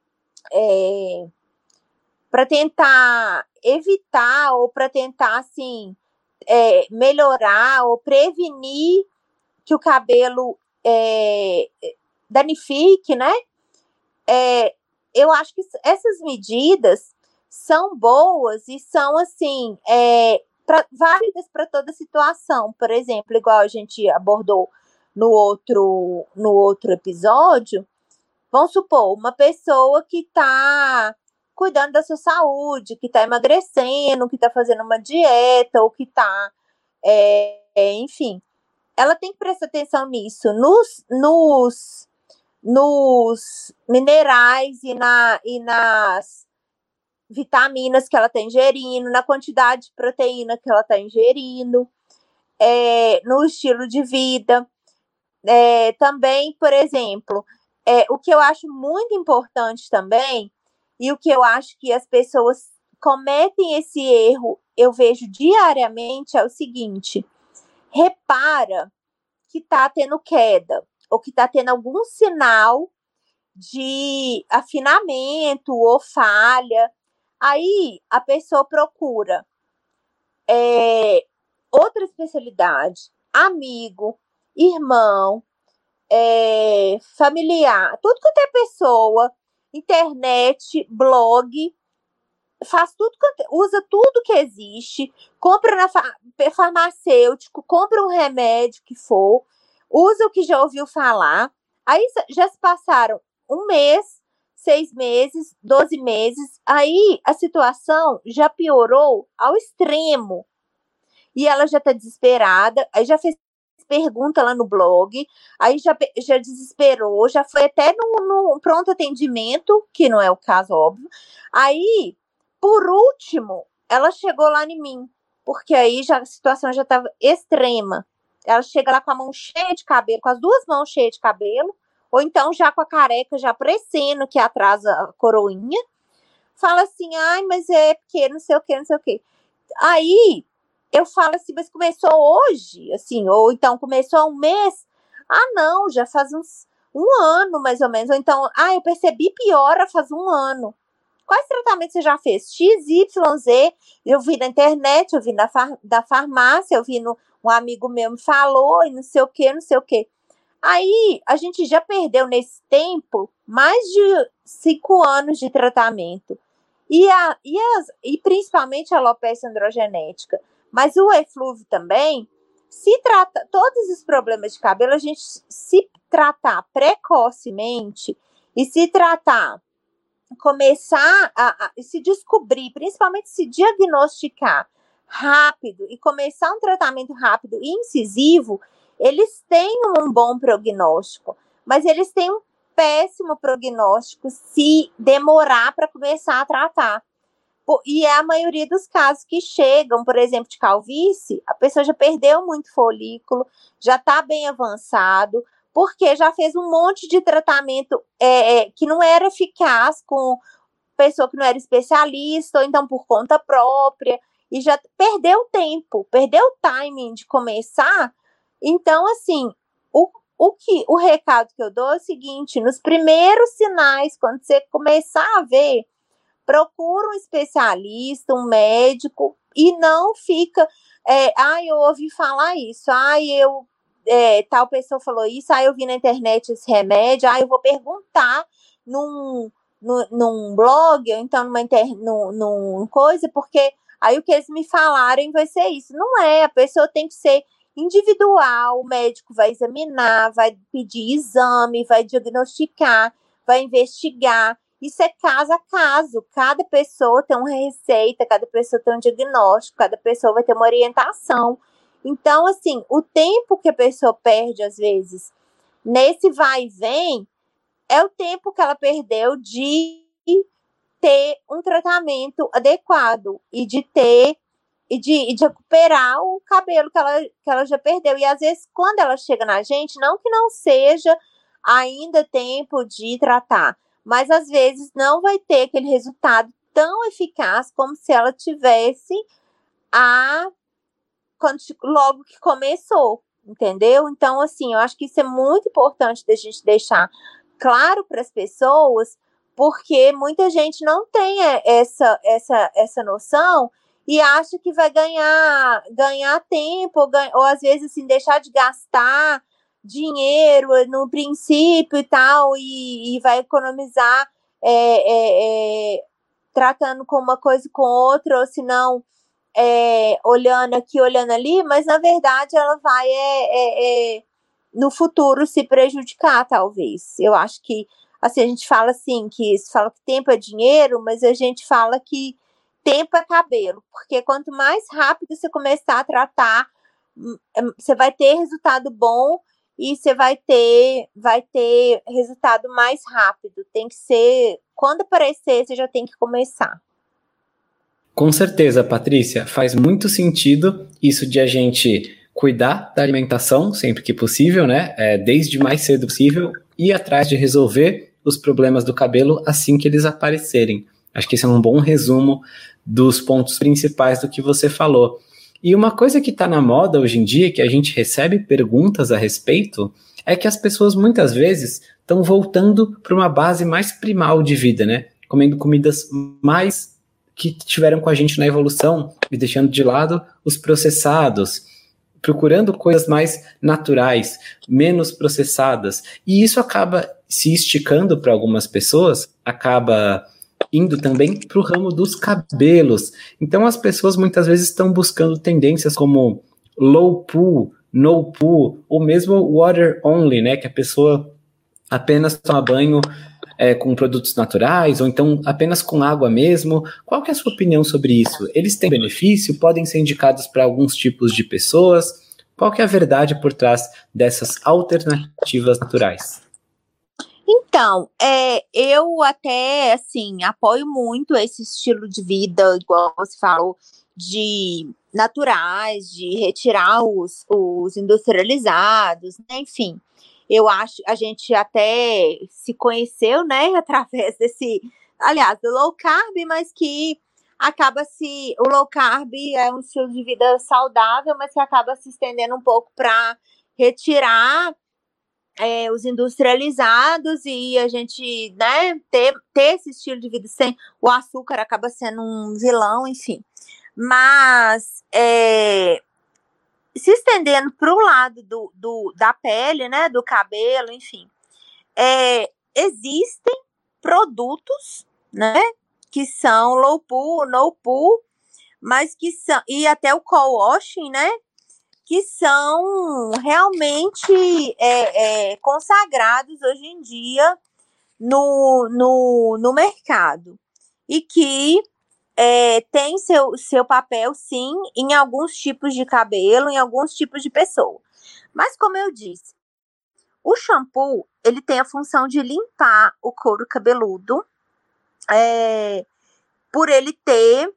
tentar evitar ou para tentar, assim, melhorar ou prevenir que o cabelo danifique, né? Eu acho que essas medidas são boas e são, assim, válidas para toda situação. Por exemplo, igual a gente abordou no outro episódio, vamos supor, uma pessoa que está cuidando da sua saúde, que está emagrecendo, que está fazendo uma dieta, ou que está, enfim, ela tem que prestar atenção nisso, nos minerais e nas vitaminas que ela está ingerindo, na quantidade de proteína que ela está ingerindo, no estilo de vida. Também, por exemplo, o que eu acho muito importante também, e o que eu acho que as pessoas cometem esse erro, eu vejo diariamente, é o seguinte: repara que está tendo queda, ou que está tendo algum sinal de afinamento ou falha. Aí a pessoa procura outra especialidade, amigo, irmão, familiar, tudo quanto é pessoa, internet, blog, usa tudo que existe, compra na farmacêutico, compra um remédio que for, usa o que já ouviu falar. Aí já se passaram 1 mês, 6 meses, 12 meses, aí a situação já piorou ao extremo. E ela já está desesperada, aí já fez perguntas lá no blog, aí já desesperou, já foi até no pronto atendimento, que não é o caso, óbvio. Aí, por último, ela chegou lá em mim, porque aí a situação já estava extrema. Ela chega lá com a mão cheia de cabelo, com as duas mãos cheias de cabelo, ou então já com a careca já parecendo que atrasa a coroinha. Fala assim, ai, mas é porque não sei o que, não sei o que. Aí eu falo assim, mas começou hoje? Assim, ou então começou há um mês? Ah, não, já faz um ano mais ou menos. Ou então, eu percebi piora faz um ano. Quais tratamentos você já fez? X, Y, Z. Eu vi na internet, eu vi da farmácia, eu vi um amigo meu me falou e não sei o que, não sei o que. Aí a gente já perdeu nesse tempo mais de 5 anos de tratamento. E principalmente a alopecia androgenética. Mas o eflúvio também, se trata, todos os problemas de cabelo, a gente se tratar precocemente e se tratar, começar a se descobrir, principalmente se diagnosticar rápido e começar um tratamento rápido e incisivo, eles têm um bom prognóstico, mas eles têm um péssimo prognóstico se demorar para começar a tratar. E é a maioria dos casos que chegam, por exemplo, de calvície, a pessoa já perdeu muito folículo, já está bem avançado, porque já fez um monte de tratamento que não era eficaz com pessoa que não era especialista, ou então por conta própria, e já perdeu tempo, perdeu o timing de começar. Então, assim, o recado que eu dou é o seguinte, nos primeiros sinais, quando você começar a ver, procura um especialista, um médico, e não fica, eu ouvi falar isso, tal pessoa falou isso, eu vi na internet esse remédio, eu vou perguntar num blog, ou então num coisa, porque aí o que eles me falarem vai ser isso. Não é, a pessoa tem que ser individual, o médico vai examinar, vai pedir exame, vai diagnosticar, vai investigar. Isso é caso a caso, cada pessoa tem uma receita, cada pessoa tem um diagnóstico, cada pessoa vai ter uma orientação. Então, assim, o tempo que a pessoa perde, às vezes, nesse vai e vem, é o tempo que ela perdeu de ter um tratamento adequado e de recuperar o cabelo que ela já perdeu. E às vezes, quando ela chega na gente, não que não seja ainda tempo de tratar, mas às vezes não vai ter aquele resultado tão eficaz como se ela tivesse logo que começou, entendeu? Então, assim, eu acho que isso é muito importante da gente deixar claro para as pessoas, porque muita gente não tem essa noção e acha que vai ganhar tempo, ou às vezes assim, deixar de gastar dinheiro no princípio e tal, e vai economizar tratando com uma coisa com outra, ou se não olhando aqui, olhando ali, mas na verdade ela vai no futuro se prejudicar, talvez. Eu acho que assim, a gente fala assim, que tempo é dinheiro, mas a gente fala que tempo é cabelo, porque quanto mais rápido você começar a tratar, você vai ter resultado bom e você vai ter resultado mais rápido. Tem que ser, quando aparecer, você já tem que começar. Com certeza, Patrícia, faz muito sentido isso de a gente cuidar da alimentação sempre que possível, né? Desde mais cedo possível, ir atrás de resolver os problemas do cabelo assim que eles aparecerem. Acho que esse é um bom resumo dos pontos principais do que você falou. E uma coisa que está na moda hoje em dia, que a gente recebe perguntas a respeito, é que as pessoas muitas vezes estão voltando para uma base mais primal de vida, né? Comendo comidas mais que tiveram com a gente na evolução e deixando de lado os processados, procurando coisas mais naturais, menos processadas. E isso acaba se esticando para algumas pessoas, acaba indo também para o ramo dos cabelos. Então as pessoas muitas vezes estão buscando tendências como low poo, no poo, ou mesmo water only, né? Que a pessoa apenas toma banho com produtos naturais, ou então apenas com água mesmo. Qual que é a sua opinião sobre isso? Eles têm benefício? Podem ser indicados para alguns tipos de pessoas? Qual que é a verdade por trás dessas alternativas naturais? Então, eu até, assim, apoio muito esse estilo de vida, igual você falou, de naturais, de retirar os industrializados, né? Enfim. Eu acho, a gente até se conheceu, né, através aliás, do low carb, mas que o low carb é um estilo de vida saudável, mas que acaba se estendendo um pouco para retirar os industrializados e a gente, né, ter esse estilo de vida sem o açúcar acaba sendo um vilão, enfim. Mas se estendendo para o lado da pele, né, do cabelo, enfim, existem produtos, né, que são low poo, no poo, mas que são, e até o co-washing, né, que são realmente consagrados hoje em dia no mercado e que tem seu papel, sim, em alguns tipos de cabelo, em alguns tipos de pessoa. Mas, como eu disse, o shampoo, ele tem a função de limpar o couro cabeludo, por ele ter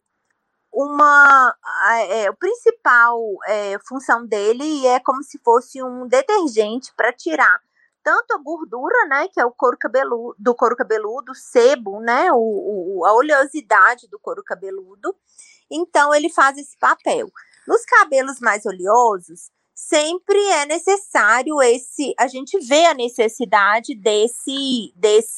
a principal função dele é como se fosse um detergente para tirar tanto a gordura, né, que é o couro cabeludo, o sebo, né, a oleosidade do couro cabeludo. Então, ele faz esse papel. Nos cabelos mais oleosos, sempre é necessário a gente vê a necessidade desse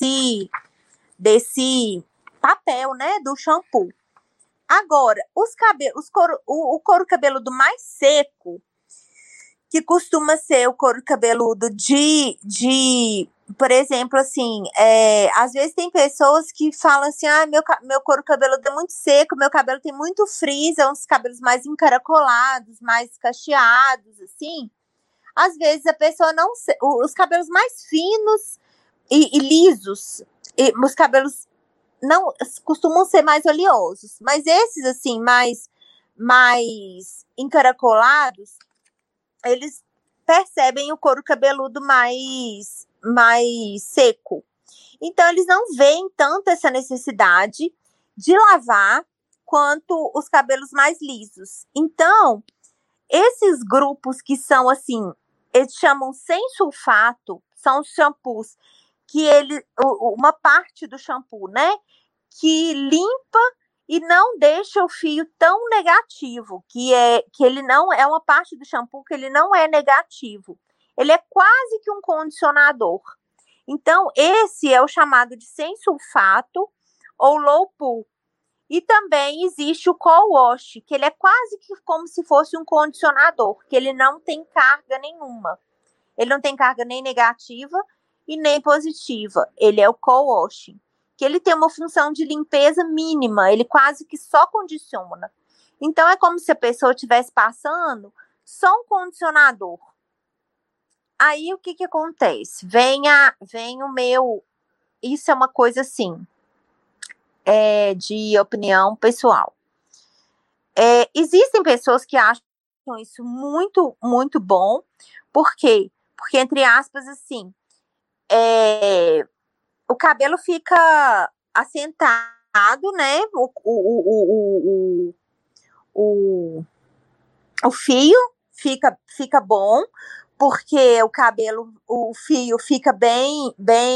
papel, né, do shampoo. Agora, o couro cabeludo mais seco, que costuma ser o couro cabeludo por exemplo, assim, às vezes tem pessoas que falam assim, meu couro cabeludo é muito seco, meu cabelo tem muito frizz, é uns cabelos mais encaracolados, mais cacheados, assim. Às vezes a pessoa não... Os cabelos mais finos e lisos, os cabelos não costumam ser mais oleosos, mas esses assim mais encaracolados, eles percebem o couro cabeludo mais seco. Então eles não veem tanto essa necessidade de lavar quanto os cabelos mais lisos. Então, esses grupos que são assim, eles chamam sem sulfato, são os shampoos que uma parte do shampoo, né, que limpa e não deixa o fio tão negativo, que ele não é uma parte do shampoo que ele não é negativo. Ele é quase que um condicionador. Então, esse é o chamado de sem sulfato ou low poo. E também existe o co-wash, que ele é quase que como se fosse um condicionador, que ele não tem carga nenhuma. Ele não tem carga nem negativa e nem positiva. Ele é o co-washing, que ele tem uma função de limpeza mínima, ele quase que só condiciona. Então, é como se a pessoa estivesse passando só um condicionador. Aí, o que acontece? Vem o meu... Isso é uma coisa, assim, de opinião pessoal. Existem pessoas que acham isso muito, muito bom. Por quê? Porque, entre aspas, assim, o cabelo fica assentado, né? O fio fica bom, porque o fio fica bem,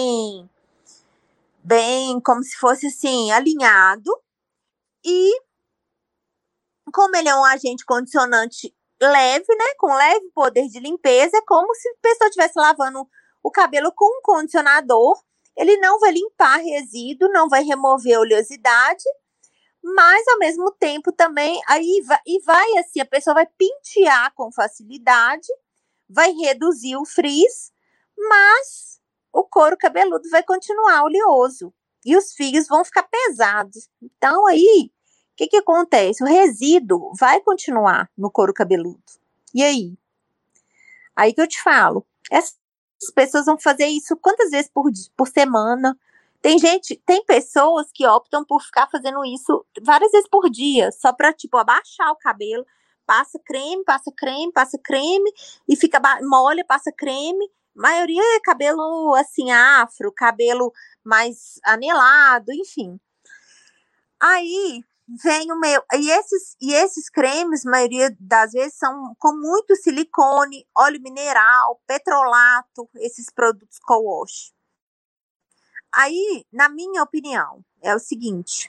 como se fosse assim, alinhado. E como ele é um agente condicionante leve, né? Com leve poder de limpeza, é como se a pessoa estivesse lavando o cabelo com um condicionador. Ele não vai limpar resíduo, não vai remover a oleosidade, mas ao mesmo tempo também vai assim, a pessoa vai pentear com facilidade, vai reduzir o frizz, mas o couro cabeludo vai continuar oleoso e os fios vão ficar pesados. Então aí, o que acontece? O resíduo vai continuar no couro cabeludo. E aí? Aí que eu te falo, essas pessoas vão fazer isso quantas vezes por semana? Tem pessoas que optam por ficar fazendo isso várias vezes por dia, só para, tipo, abaixar o cabelo, passa creme, passa creme, passa creme, e fica molha, passa creme. A maioria é cabelo assim, afro, cabelo mais anelado, enfim. Aí vem o meu. E esses cremes, a maioria das vezes, são com muito silicone, óleo mineral, petrolato, esses produtos co-wash. Aí, na minha opinião, é o seguinte: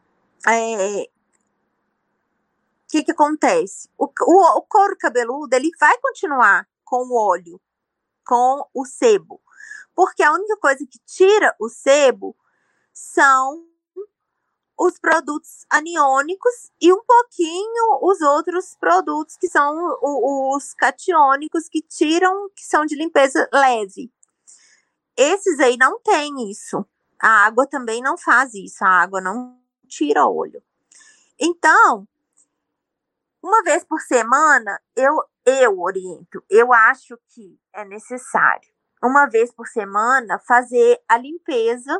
que acontece? O couro cabeludo, ele vai continuar com o óleo, com o sebo, porque a única coisa que tira o sebo são os produtos aniônicos e um pouquinho os outros produtos que são os catiônicos que tiram, que são de limpeza leve. Esses aí não tem isso. A água também não faz isso. A água não tira óleo. Então, uma vez por semana, eu oriento. Eu acho que é necessário, uma vez por semana, fazer a limpeza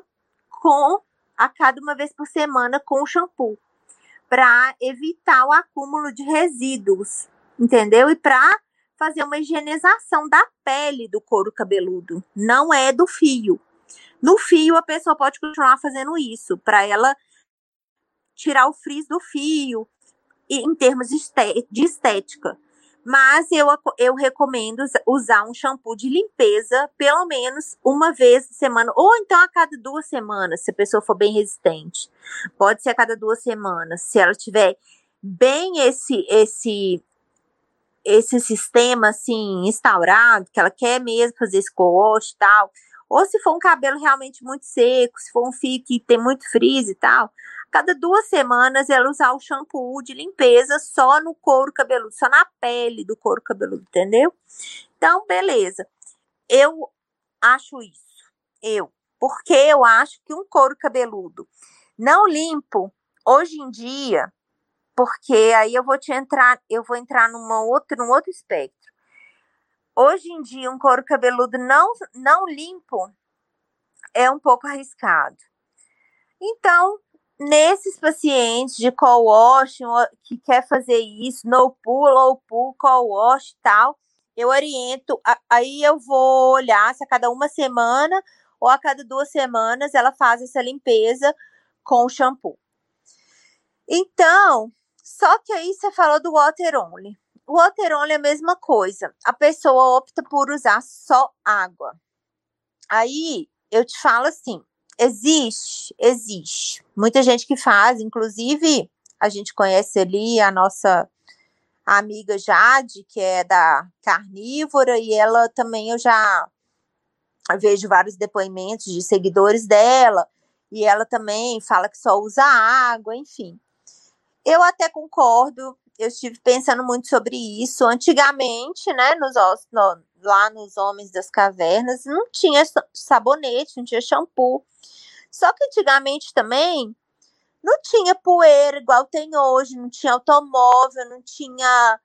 a cada uma vez por semana com o shampoo, para evitar o acúmulo de resíduos, entendeu? E para fazer uma higienização da pele do couro cabeludo, não é do fio. No fio, a pessoa pode continuar fazendo isso, para ela tirar o frizz do fio, em termos de estética. Mas eu recomendo usar um shampoo de limpeza pelo menos uma vez por semana, ou então a cada 2 semanas, se a pessoa for bem resistente. Pode ser a cada 2 semanas, se ela tiver bem esse sistema assim instaurado, que ela quer mesmo fazer esse co-wash e tal, ou se for um cabelo realmente muito seco, se for um fio que tem muito frizz e tal, cada 2 semanas ela usar o shampoo de limpeza só no couro cabeludo, só na pele do couro cabeludo, entendeu? Então, beleza. Eu acho isso. Porque eu acho que um couro cabeludo não limpo, hoje em dia, porque aí eu vou entrar num outro espectro. Hoje em dia, um couro cabeludo não limpo é um pouco arriscado. Então, nesses pacientes de co-wash que quer fazer isso, no pull, low pull, co-wash e tal, eu oriento, aí eu vou olhar se a cada 1 semana ou a cada 2 semanas ela faz essa limpeza com o shampoo. Então, só que aí você falou do water only. O water only é a mesma coisa. A pessoa opta por usar só água. Aí, eu te falo assim, existe. Muita gente que faz, inclusive, a gente conhece ali a nossa amiga Jade, que é da Carnívora, e ela também, eu já vejo vários depoimentos de seguidores dela, e ela também fala que só usa água, enfim. Eu até concordo, eu estive pensando muito sobre isso. Antigamente, né, lá nos Homens das Cavernas, não tinha sabonete, não tinha shampoo. Só que antigamente também não tinha poeira igual tem hoje, não tinha automóvel, não tinha,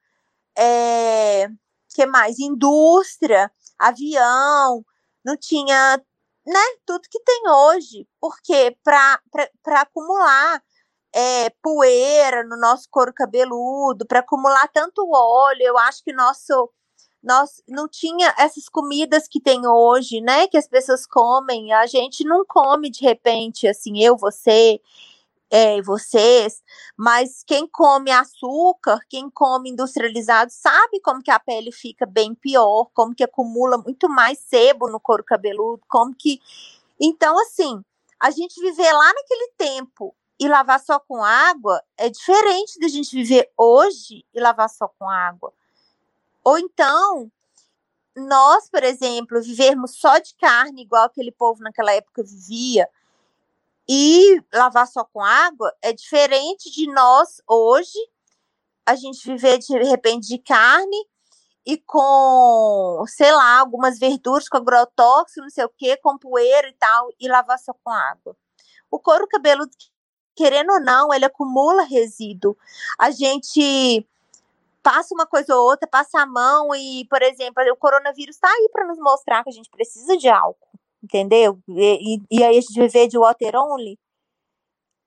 que mais? Indústria, avião, não tinha, né, tudo que tem hoje. Porque para acumular poeira no nosso couro cabeludo, para acumular tanto óleo, eu acho que nós não tinha essas comidas que tem hoje, né, que as pessoas comem, a gente não come de repente, assim, você, vocês, mas quem come açúcar, quem come industrializado, sabe como que a pele fica bem pior, como que acumula muito mais sebo no couro cabeludo, como que... Então, assim, a gente viver lá naquele tempo e lavar só com água é diferente da gente viver hoje e lavar só com água. Ou então, nós, por exemplo, vivermos só de carne, igual aquele povo naquela época vivia, e lavar só com água, é diferente de nós, hoje, a gente viver de repente de carne e com, sei lá, algumas verduras com agrotóxico, não sei o que, com poeira e tal, e lavar só com água. O couro cabeludo, querendo ou não, ele acumula resíduo. A gente passa uma coisa ou outra, passa a mão e, por exemplo, o coronavírus está aí para nos mostrar que a gente precisa de álcool, entendeu? E aí a gente viver de water only,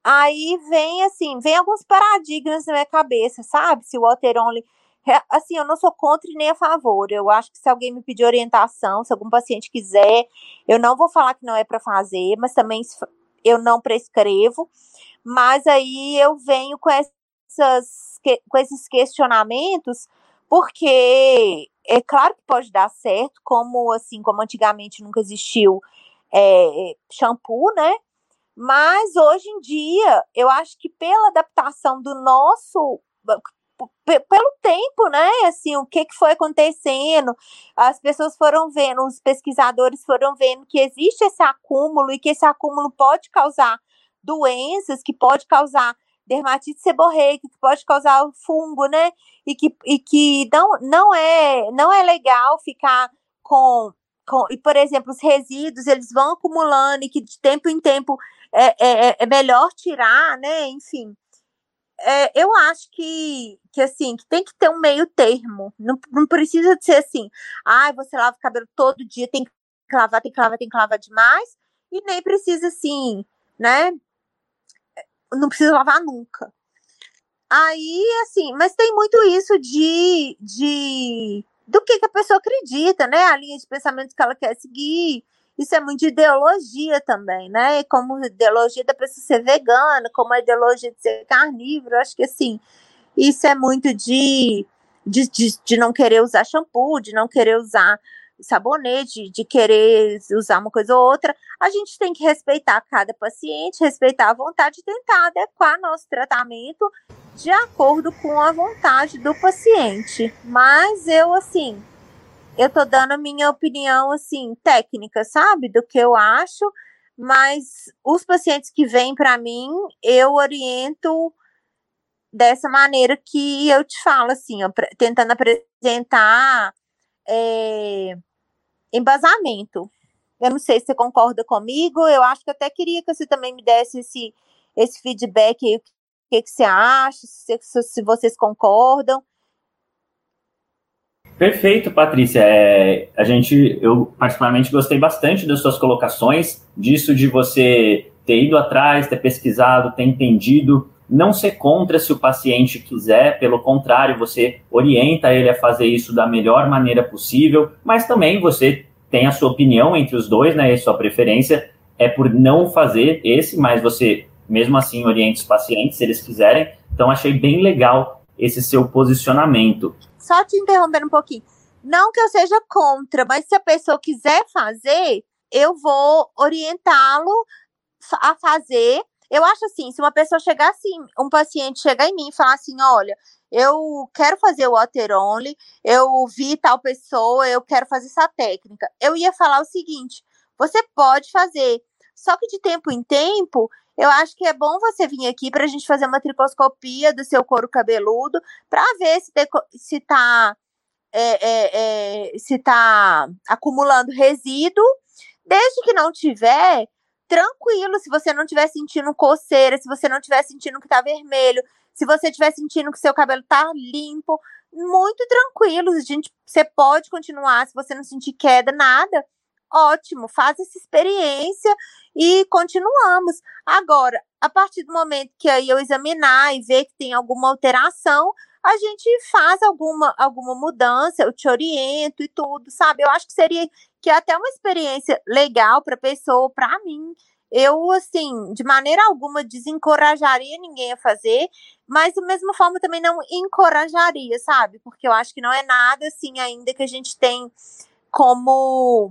Aí vem alguns paradigmas na minha cabeça, sabe? Se o water only, assim, eu não sou contra e nem a favor. Eu acho que se alguém me pedir orientação, se algum paciente quiser, eu não vou falar que não é para fazer, mas também eu não prescrevo. Mas aí eu venho com esses questionamentos, porque é claro que pode dar certo, como antigamente nunca existiu shampoo, né? Mas hoje em dia, eu acho que pela adaptação do nosso, pelo tempo, né? Assim, o que foi acontecendo, as pessoas foram vendo, os pesquisadores foram vendo que existe esse acúmulo e que esse acúmulo pode causar doenças, que pode causar dermatite seborreica, que pode causar fungo, né? E que não é legal ficar e, por exemplo, os resíduos, eles vão acumulando e que de tempo em tempo é melhor tirar, né? Enfim, eu acho assim, que tem que ter um meio termo. Não precisa de ser assim, você lava o cabelo todo dia, tem que lavar demais, e nem precisa assim, né? Não precisa lavar nunca. Aí, assim, mas tem muito isso do que a pessoa acredita, né? A linha de pensamento que ela quer seguir. Isso é muito de ideologia também, né? Como a ideologia da pessoa ser vegana, como a ideologia de ser carnívoro. Acho que, assim, isso é muito de não querer usar shampoo, de não querer usar sabonete, de querer usar uma coisa ou outra. A gente tem que respeitar cada paciente, respeitar a vontade e tentar adequar nosso tratamento de acordo com a vontade do paciente. Mas eu tô dando a minha opinião, assim, técnica, sabe? Do que eu acho, mas os pacientes que vêm para mim, eu oriento dessa maneira que eu te falo, assim, tentando apresentar embasamento. Eu não sei se você concorda comigo, eu acho que eu até queria que você também me desse esse feedback aí, o que você acha, se vocês concordam. Perfeito, Patrícia. Eu particularmente gostei bastante das suas colocações, disso de você ter ido atrás, ter pesquisado, ter entendido, não ser contra se o paciente quiser, pelo contrário, você orienta ele a fazer isso da melhor maneira possível, mas também você tem a sua opinião entre os dois, né? E sua preferência é por não fazer esse, mas você mesmo assim orienta os pacientes se eles quiserem. Então achei bem legal esse seu posicionamento. Só te interrompendo um pouquinho. Não que eu seja contra, mas se a pessoa quiser fazer, eu vou orientá-lo a fazer. Eu acho assim, se uma pessoa chegar assim, um paciente chegar em mim e falar assim, olha, eu quero fazer o water only, eu vi tal pessoa, eu quero fazer essa técnica. Eu ia falar o seguinte, você pode fazer, só que de tempo em tempo, eu acho que é bom você vir aqui para a gente fazer uma tricoscopia do seu couro cabeludo, para ver se tá acumulando resíduo, desde que não tiver, tranquilo, se você não estiver sentindo coceira, se você não estiver sentindo que tá vermelho, se você estiver sentindo que seu cabelo tá limpo, muito tranquilo, você pode continuar, se você não sentir queda, nada, ótimo, faz essa experiência e continuamos. Agora, a partir do momento que aí eu examinar e ver que tem alguma alteração, a gente faz alguma mudança, eu te oriento e tudo, sabe? Eu acho que seria até uma experiência legal para a pessoa, para mim. Eu, assim, de maneira alguma desencorajaria ninguém a fazer, mas da mesma forma também não encorajaria, sabe? Porque eu acho que não é nada, assim, ainda que a gente tem como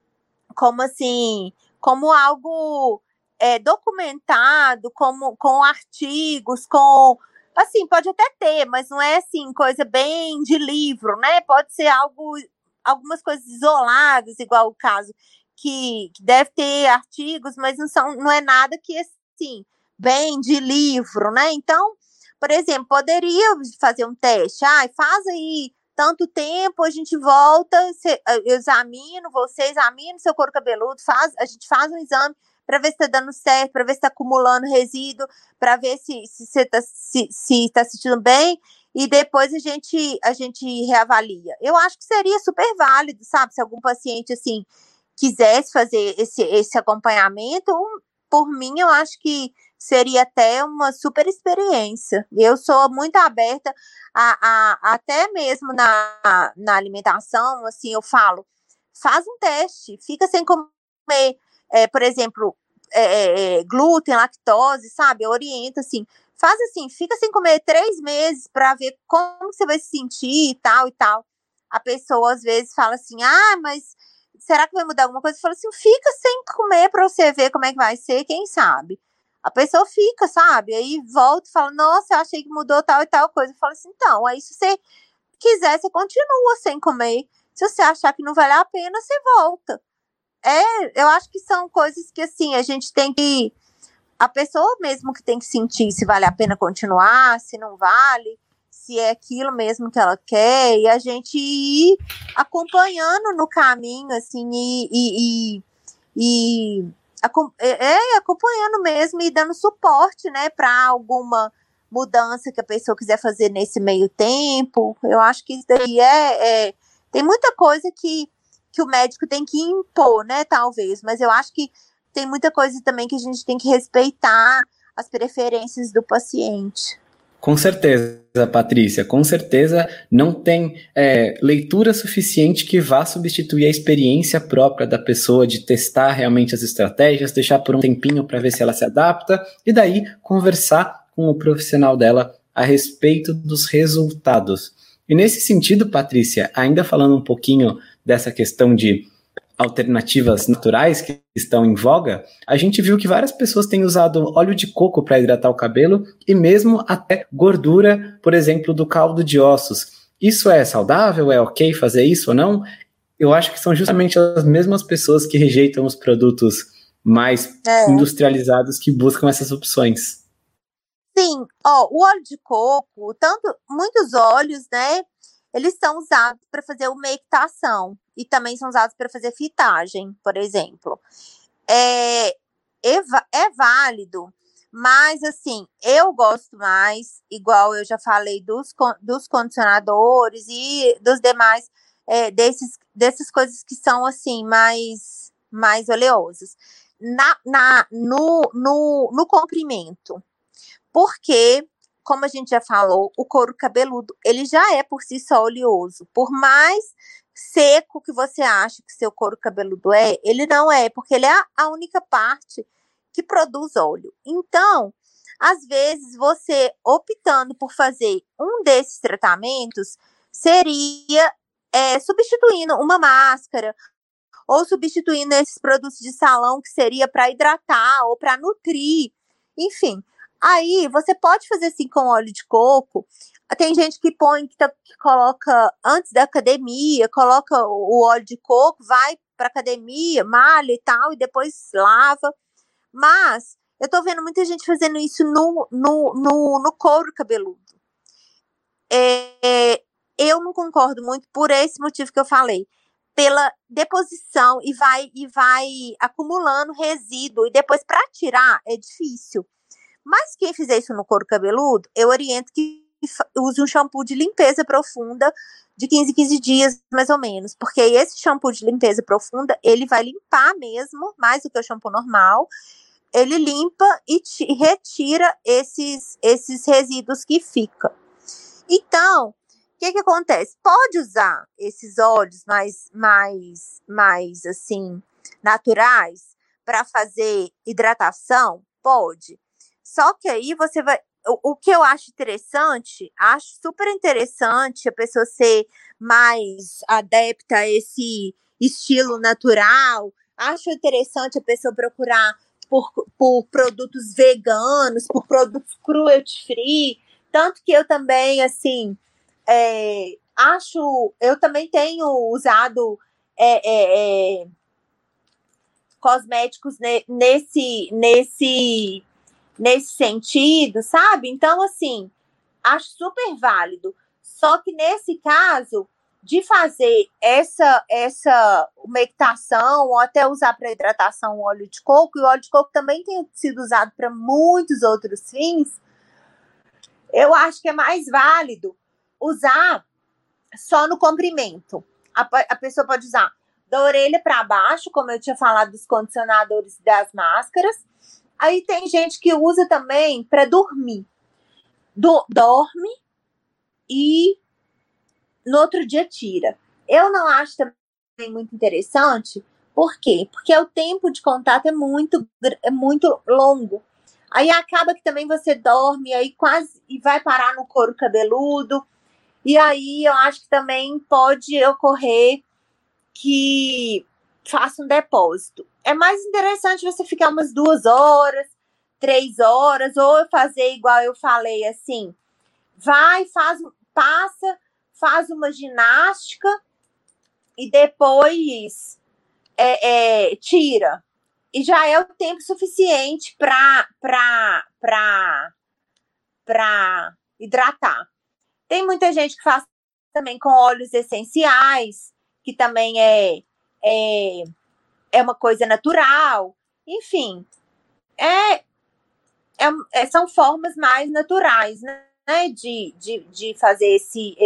algo documentado, com artigos, assim, pode até ter, mas não é assim, coisa bem de livro, né? Pode ser algumas coisas isoladas, igual o caso que deve ter artigos, mas não é nada que, assim, bem de livro, né? Então, por exemplo, poderia fazer um teste, faz aí tanto tempo, a gente volta, eu examino, você examina o seu couro cabeludo, a gente faz um exame para ver se está dando certo, para ver se está acumulando resíduo, para ver se você se tá sentindo bem, e depois a gente reavalia. Eu acho que seria super válido, sabe? Se algum paciente, assim, quisesse fazer esse acompanhamento, por mim, eu acho que seria até uma super experiência. Eu sou muito aberta até mesmo na alimentação, assim, eu falo, faz um teste, fica sem comer, por exemplo, glúten, lactose, sabe? Orienta, assim, faz assim, fica sem comer 3 meses para ver como você vai se sentir e tal e tal. A pessoa às vezes fala assim, mas será que vai mudar alguma coisa? Eu falo assim, fica sem comer para você ver como é que vai ser, quem sabe? A pessoa fica, sabe? Aí volta e fala, nossa, eu achei que mudou tal e tal coisa. Eu falo assim, então, aí se você quiser, você continua sem comer. Se você achar que não vale a pena, você volta. Eu acho que são coisas que, assim, a gente tem que... A pessoa mesmo que tem que sentir se vale a pena continuar, se não vale, se é aquilo mesmo que ela quer, e a gente ir acompanhando no caminho, assim, acompanhando mesmo e dando suporte, né, para alguma mudança que a pessoa quiser fazer nesse meio tempo. Eu acho que isso daí tem muita coisa que o médico tem que impor, né, talvez, mas eu acho que tem muita coisa também que a gente tem que respeitar as preferências do paciente. Com certeza, Patrícia, com certeza não tem leitura suficiente que vá substituir a experiência própria da pessoa de testar realmente as estratégias, deixar por um tempinho para ver se ela se adapta e daí conversar com o profissional dela a respeito dos resultados. E nesse sentido, Patrícia, ainda falando um pouquinho dessa questão de alternativas naturais que estão em voga, a gente viu que várias pessoas têm usado óleo de coco para hidratar o cabelo e mesmo até gordura, por exemplo, do caldo de ossos. Isso é saudável? É ok fazer isso ou não? Eu acho que são justamente as mesmas pessoas que rejeitam os produtos mais industrializados que buscam essas opções. Sim, o óleo de coco, muitos óleos, né, eles são usados para fazer umectação e também são usados para fazer fitagem, por exemplo. É válido, mas assim, eu gosto mais, igual eu já falei, dos condicionadores e dos demais, dessas coisas que são assim, mais oleosas. No comprimento. Porque, como a gente já falou, o couro cabeludo, ele já é por si só oleoso. Por mais seco que você acha que seu couro cabeludo ele não é, porque ele é a única parte que produz óleo. Então, às vezes, você optando por fazer um desses tratamentos, seria substituindo uma máscara, ou substituindo esses produtos de salão que seria para hidratar ou para nutrir, enfim. Aí, você pode fazer assim com óleo de coco. Tem gente que coloca antes da academia, coloca o óleo de coco, vai para academia, malha e tal, e depois lava. Mas eu tô vendo muita gente fazendo isso no couro cabeludo. Eu não concordo muito por esse motivo que eu falei. Pela deposição e vai acumulando resíduo. E depois, para tirar, é difícil. Mas quem fizer isso no couro cabeludo, eu oriento que use um shampoo de limpeza profunda de 15 em 15 dias, mais ou menos. Porque esse shampoo de limpeza profunda, ele vai limpar mesmo, mais do que o shampoo normal. Ele limpa e retira esses resíduos que ficam. Então, o que acontece? Pode usar esses óleos mais assim, naturais para fazer hidratação? Pode. Só que aí você vai... O que eu acho super interessante a pessoa ser mais adepta a esse estilo natural. Acho interessante a pessoa procurar por produtos veganos, por produtos cruelty free. Tanto que eu também, assim, eu também tenho usado cosméticos nesse sentido, sabe? Então, assim, acho super válido. Só que nesse caso, de fazer essa umectação ou até usar para hidratação o óleo de coco, e o óleo de coco também tem sido usado para muitos outros fins, eu acho que é mais válido usar só no comprimento. A pessoa pode usar da orelha para baixo, como eu tinha falado dos condicionadores das máscaras. Aí tem gente que usa também para dormir. Dorme e no outro dia tira. Eu não acho também muito interessante. Por quê? Porque o tempo de contato é muito longo. Aí acaba que também você dorme aí quase e vai parar no couro cabeludo. E aí eu acho que também pode ocorrer que faça um depósito. É mais interessante você ficar umas 2 horas, 3 horas, ou fazer igual eu falei, assim, vai, faz uma ginástica e depois tira. E já é o tempo suficiente para hidratar. Tem muita gente que faz também com óleos essenciais, que também é uma coisa natural. Enfim, são formas mais naturais, né, de fazer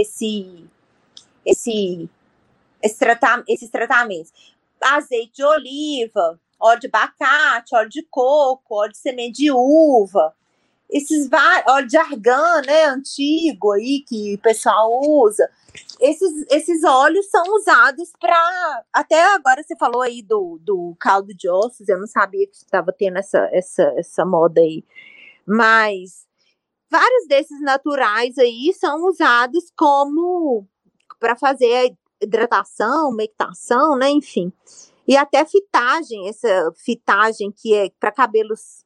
esses tratamentos. Azeite de oliva, óleo de abacate, óleo de coco, óleo de semente de uva, óleo de argan, né, antigo aí, que o pessoal usa. Esses óleos são usados para... Até agora você falou aí do caldo de ossos, eu não sabia que estava tendo essa moda aí. Mas vários desses naturais aí são usados como para fazer a hidratação, meditação, né, enfim. E até fitagem, essa fitagem que é para cabelos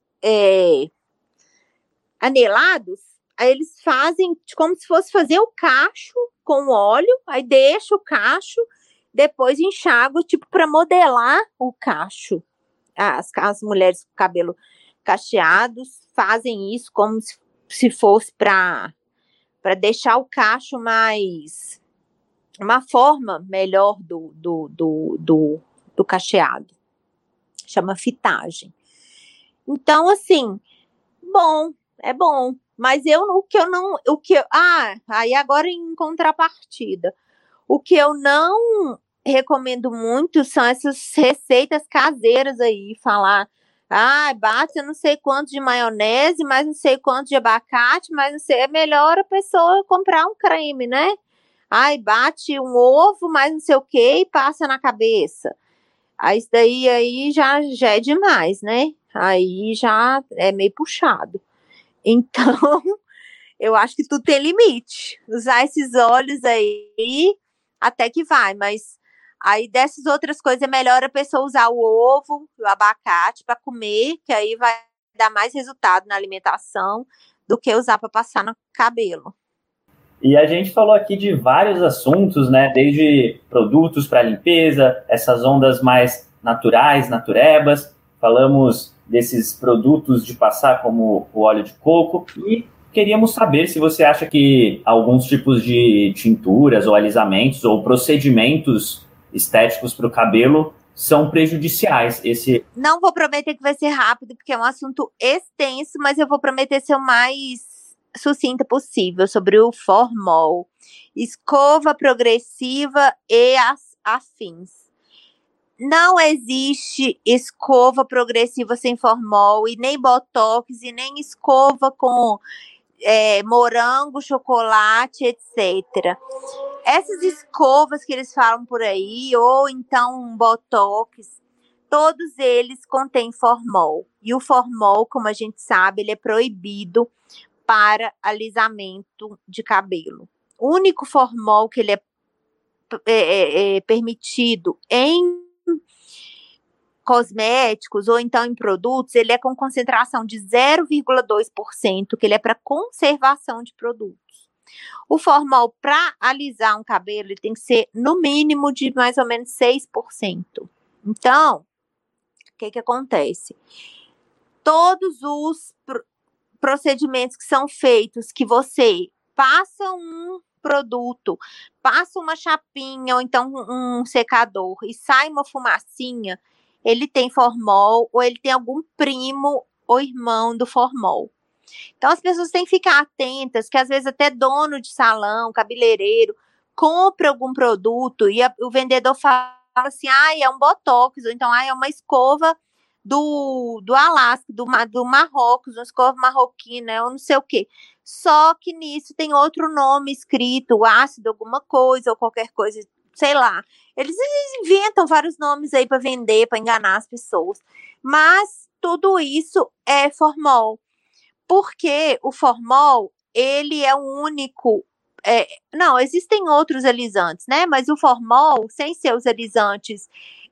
anelados, aí eles fazem como se fosse fazer o cacho com óleo, aí deixa o cacho, depois enxágua, tipo, para modelar o cacho. As mulheres com cabelo cacheados fazem isso como se fosse para deixar o cacho mais... uma forma melhor do cacheado. Chama fitagem. Então, assim, é bom. Mas aí agora em contrapartida, o que eu não recomendo muito são essas receitas caseiras aí, falar, bate não sei quanto de maionese, mais não sei quanto de abacate, mas não sei, é melhor a pessoa comprar um creme, né? Bate um ovo, mais não sei o que, e passa na cabeça. Aí isso daí aí já é demais, né? Aí já é meio puxado. Então, eu acho que tudo tem limite. Usar esses óleos aí, até que vai, mas aí dessas outras coisas é melhor a pessoa usar o ovo, o abacate para comer, que aí vai dar mais resultado na alimentação do que usar para passar no cabelo. E a gente falou aqui de vários assuntos, né? Desde produtos para limpeza, essas ondas mais naturais, naturebas. Falamos desses produtos de passar, como o óleo de coco. E queríamos saber se você acha que alguns tipos de tinturas ou alisamentos ou procedimentos estéticos para o cabelo são prejudiciais. Não vou prometer que vai ser rápido, porque é um assunto extenso, mas eu vou prometer ser o mais sucinta possível sobre o formol, escova progressiva e afins. Não existe escova progressiva sem formol, e nem botox, e nem escova com morango, chocolate, etc. Essas escovas que eles falam por aí, ou então botox, todos eles contêm formol. E o formol, como a gente sabe, ele é proibido para alisamento de cabelo. O único formol que ele é permitido em cosméticos ou então em produtos, ele é com concentração de 0,2%, que ele é para conservação de produtos. O formol para alisar um cabelo ele tem que ser no mínimo de mais ou menos 6%. Então, o que acontece? Todos os procedimentos que são feitos, que você passa um produto, passa uma chapinha ou então um secador e sai uma fumacinha, ele tem formol ou ele tem algum primo ou irmão do formol. Então as pessoas têm que ficar atentas, que às vezes até dono de salão, cabeleireiro, compra algum produto e o vendedor fala assim, é um botox, ou então, é uma escova do Alasca, do Marrocos, um escorvo marroquino, né, ou não sei o quê. Só que nisso tem outro nome escrito, ácido alguma coisa, ou qualquer coisa, sei lá. Eles inventam vários nomes aí para vender, para enganar as pessoas. Mas tudo isso é formol. Porque o formol, ele é o único... não, existem outros alisantes, né? Mas o formol, sem ser os alisantes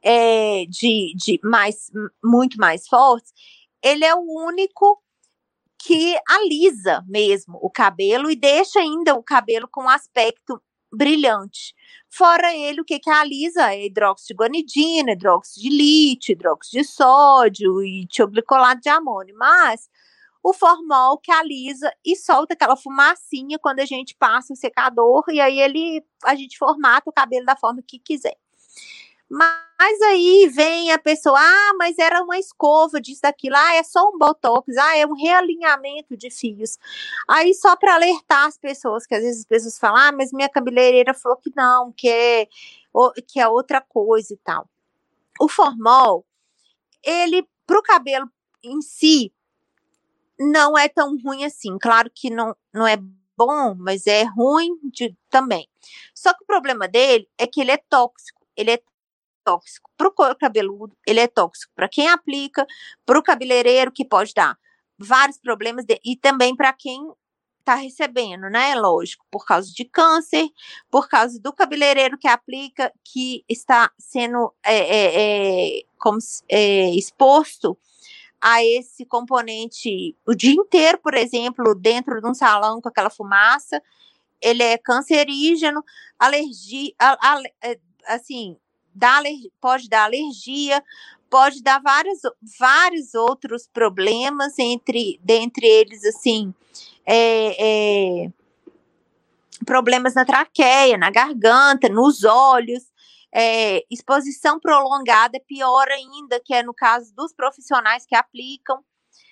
muito mais fortes, ele é o único que alisa mesmo o cabelo e deixa ainda o cabelo com um aspecto brilhante. Fora ele, o que alisa é hidróxido de guanidina, hidróxido de lítio, hidróxido de sódio e tioglicolato de amônio. Mas o formol que alisa e solta aquela fumacinha quando a gente passa o secador e aí a gente formata o cabelo da forma que quiser. Mas aí vem a pessoa, mas era uma escova disso, daquilo, é só um botox, é um realinhamento de fios. Aí só para alertar as pessoas, que às vezes as pessoas falam, mas minha cabeleireira falou que não, que é outra coisa e tal. O formol, ele, pro cabelo em si, não é tão ruim assim. Claro que não é bom, mas é ruim também. Só que o problema dele é que ele é tóxico. Ele é tóxico para o couro cabeludo, ele é tóxico para quem aplica, para o cabeleireiro, que pode dar vários problemas, e também para quem está recebendo, né? Lógico, por causa de câncer, por causa do cabeleireiro que aplica, que está sendo exposto a esse componente o dia inteiro, por exemplo, dentro de um salão com aquela fumaça. Ele é cancerígeno, alergia, assim, pode dar alergia, pode dar vários outros problemas, dentre eles, assim, problemas na traqueia, na garganta, nos olhos, exposição prolongada é pior ainda, que é no caso dos profissionais que aplicam,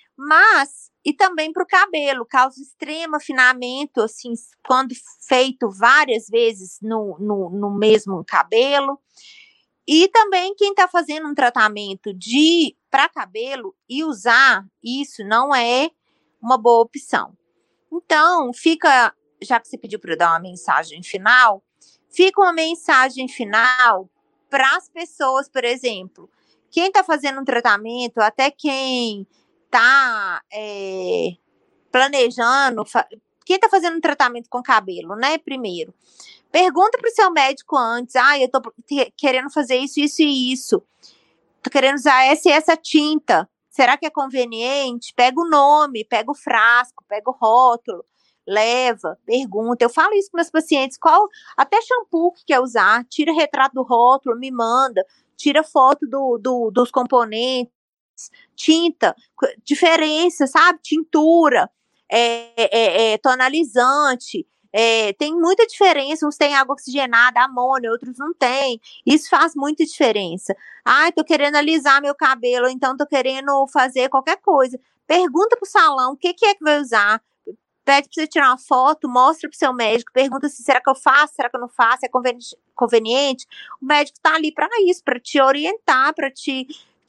e também para o cabelo, causa extremo afinamento, assim, quando feito várias vezes no mesmo cabelo. E também quem está fazendo um tratamento para cabelo e usar isso não é uma boa opção. Então, já que você pediu para eu dar uma mensagem final, fica uma mensagem final para as pessoas, por exemplo, quem está fazendo um tratamento, até quem está planejando, quem está fazendo um tratamento com cabelo, né, primeiro, pergunta para o seu médico antes, eu tô querendo fazer isso, isso e isso. Tô querendo usar essa e essa tinta. Será que é conveniente? Pega o nome, pega o frasco, pega o rótulo, leva, pergunta. Eu falo isso com meus pacientes, até shampoo que quer usar, tira retrato do rótulo, me manda, tira foto dos componentes, tinta, diferença, sabe? Tintura, tonalizante. Tem muita diferença, uns têm água oxigenada, amônia, outros não têm. Isso faz muita diferença. Tô querendo alisar meu cabelo, então tô querendo fazer qualquer coisa. Pergunta pro salão o que é que vai usar. Pede pra você tirar uma foto, mostra pro seu médico, pergunta se será que eu faço, será que eu não faço, é conveniente. O médico tá ali para isso, para te orientar, para te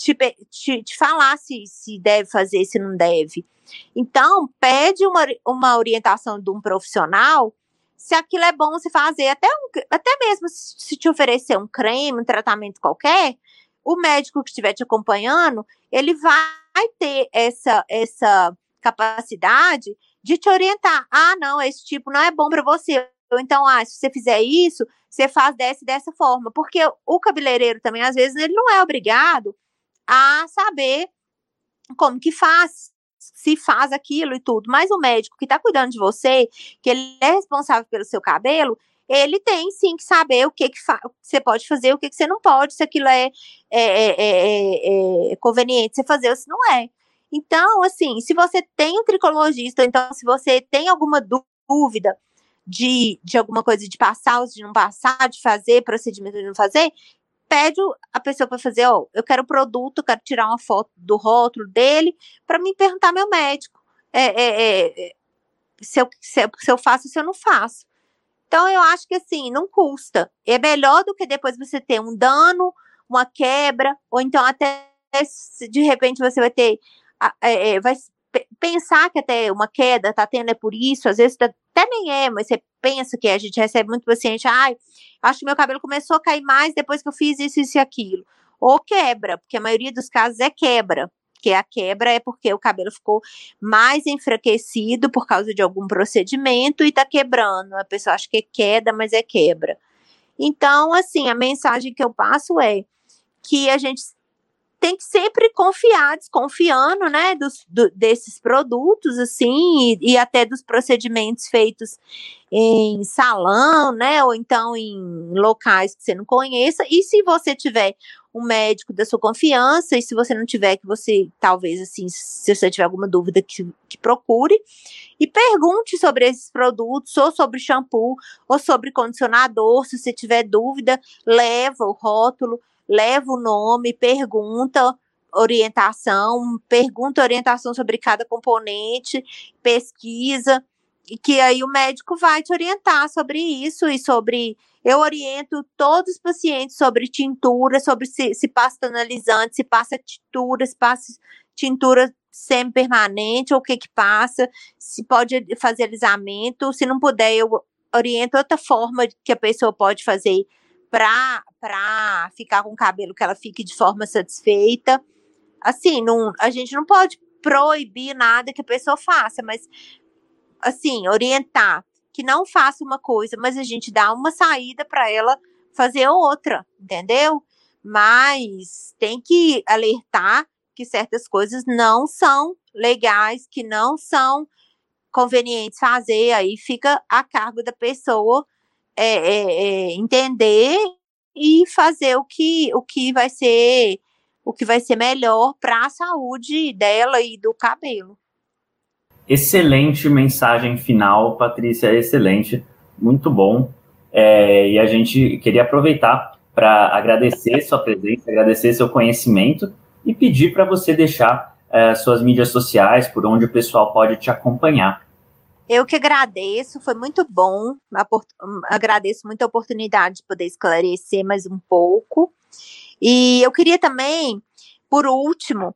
falar se deve fazer, se não deve. Então, pede uma orientação de um profissional, se aquilo é bom você fazer, até mesmo se te oferecer um creme, um tratamento qualquer, o médico que estiver te acompanhando, ele vai ter essa capacidade de te orientar. Não, esse tipo não é bom para você. Ou então, se você fizer isso, você faz dessa forma. Porque o cabeleireiro também, às vezes, ele não é obrigado a saber como que faz, se faz aquilo e tudo. Mas o médico que está cuidando de você, que ele é responsável pelo seu cabelo, ele tem sim que saber o que você pode fazer, o que você não pode, se aquilo é conveniente você fazer ou se não é. Então, assim, se você tem um tricologista, então se você tem alguma dúvida de alguma coisa, de passar ou de não passar, de fazer procedimento ou de não fazer, pede a pessoa para fazer, eu quero o produto, eu quero tirar uma foto do rótulo dele, para me perguntar ao meu médico se eu faço ou se eu não faço. Então, eu acho que, assim, não custa. É melhor do que depois você ter um dano, uma quebra, ou então até de repente você vai ter, vai pensar que até uma queda tá tendo é por isso, às vezes até nem é, mas você pensa que a gente recebe muito paciente, acho que meu cabelo começou a cair mais depois que eu fiz isso e aquilo. Ou quebra, porque a maioria dos casos é quebra, que a quebra é porque o cabelo ficou mais enfraquecido por causa de algum procedimento e tá quebrando. A pessoa acha que é queda, mas é quebra. Então, assim, a mensagem que eu passo é que a gente tem que sempre confiar, desconfiando, né, desses produtos, assim, e até dos procedimentos feitos em salão, né, ou então em locais que você não conheça, e se você tiver um médico da sua confiança, e se você não tiver, que você, talvez, assim, se você tiver alguma dúvida, que procure, e pergunte sobre esses produtos, ou sobre shampoo, ou sobre condicionador, se você tiver dúvida, leva o rótulo, leva o nome, pergunta orientação sobre cada componente, pesquisa, e que aí o médico vai te orientar sobre isso e sobre... Eu oriento todos os pacientes sobre tintura, sobre se passa tonalizante, se passa tintura, se passa tintura semi-permanente, ou o que passa, se pode fazer alisamento, se não puder, eu oriento outra forma que a pessoa pode fazer para ficar com o cabelo que ela fique de forma satisfeita. Assim, a gente não pode proibir nada que a pessoa faça, mas, assim, orientar que não faça uma coisa, mas a gente dá uma saída para ela fazer outra, entendeu? Mas tem que alertar que certas coisas não são legais, que não são convenientes fazer, aí fica a cargo da pessoa entender e fazer o que vai ser melhor para a saúde dela e do cabelo. Excelente mensagem final, Patrícia, excelente, muito bom. E a gente queria aproveitar para agradecer sua presença, agradecer seu conhecimento e pedir para você deixar suas mídias sociais, por onde o pessoal pode te acompanhar. Eu que agradeço, foi muito bom, agradeço muito a oportunidade de poder esclarecer mais um pouco. E eu queria também, por último,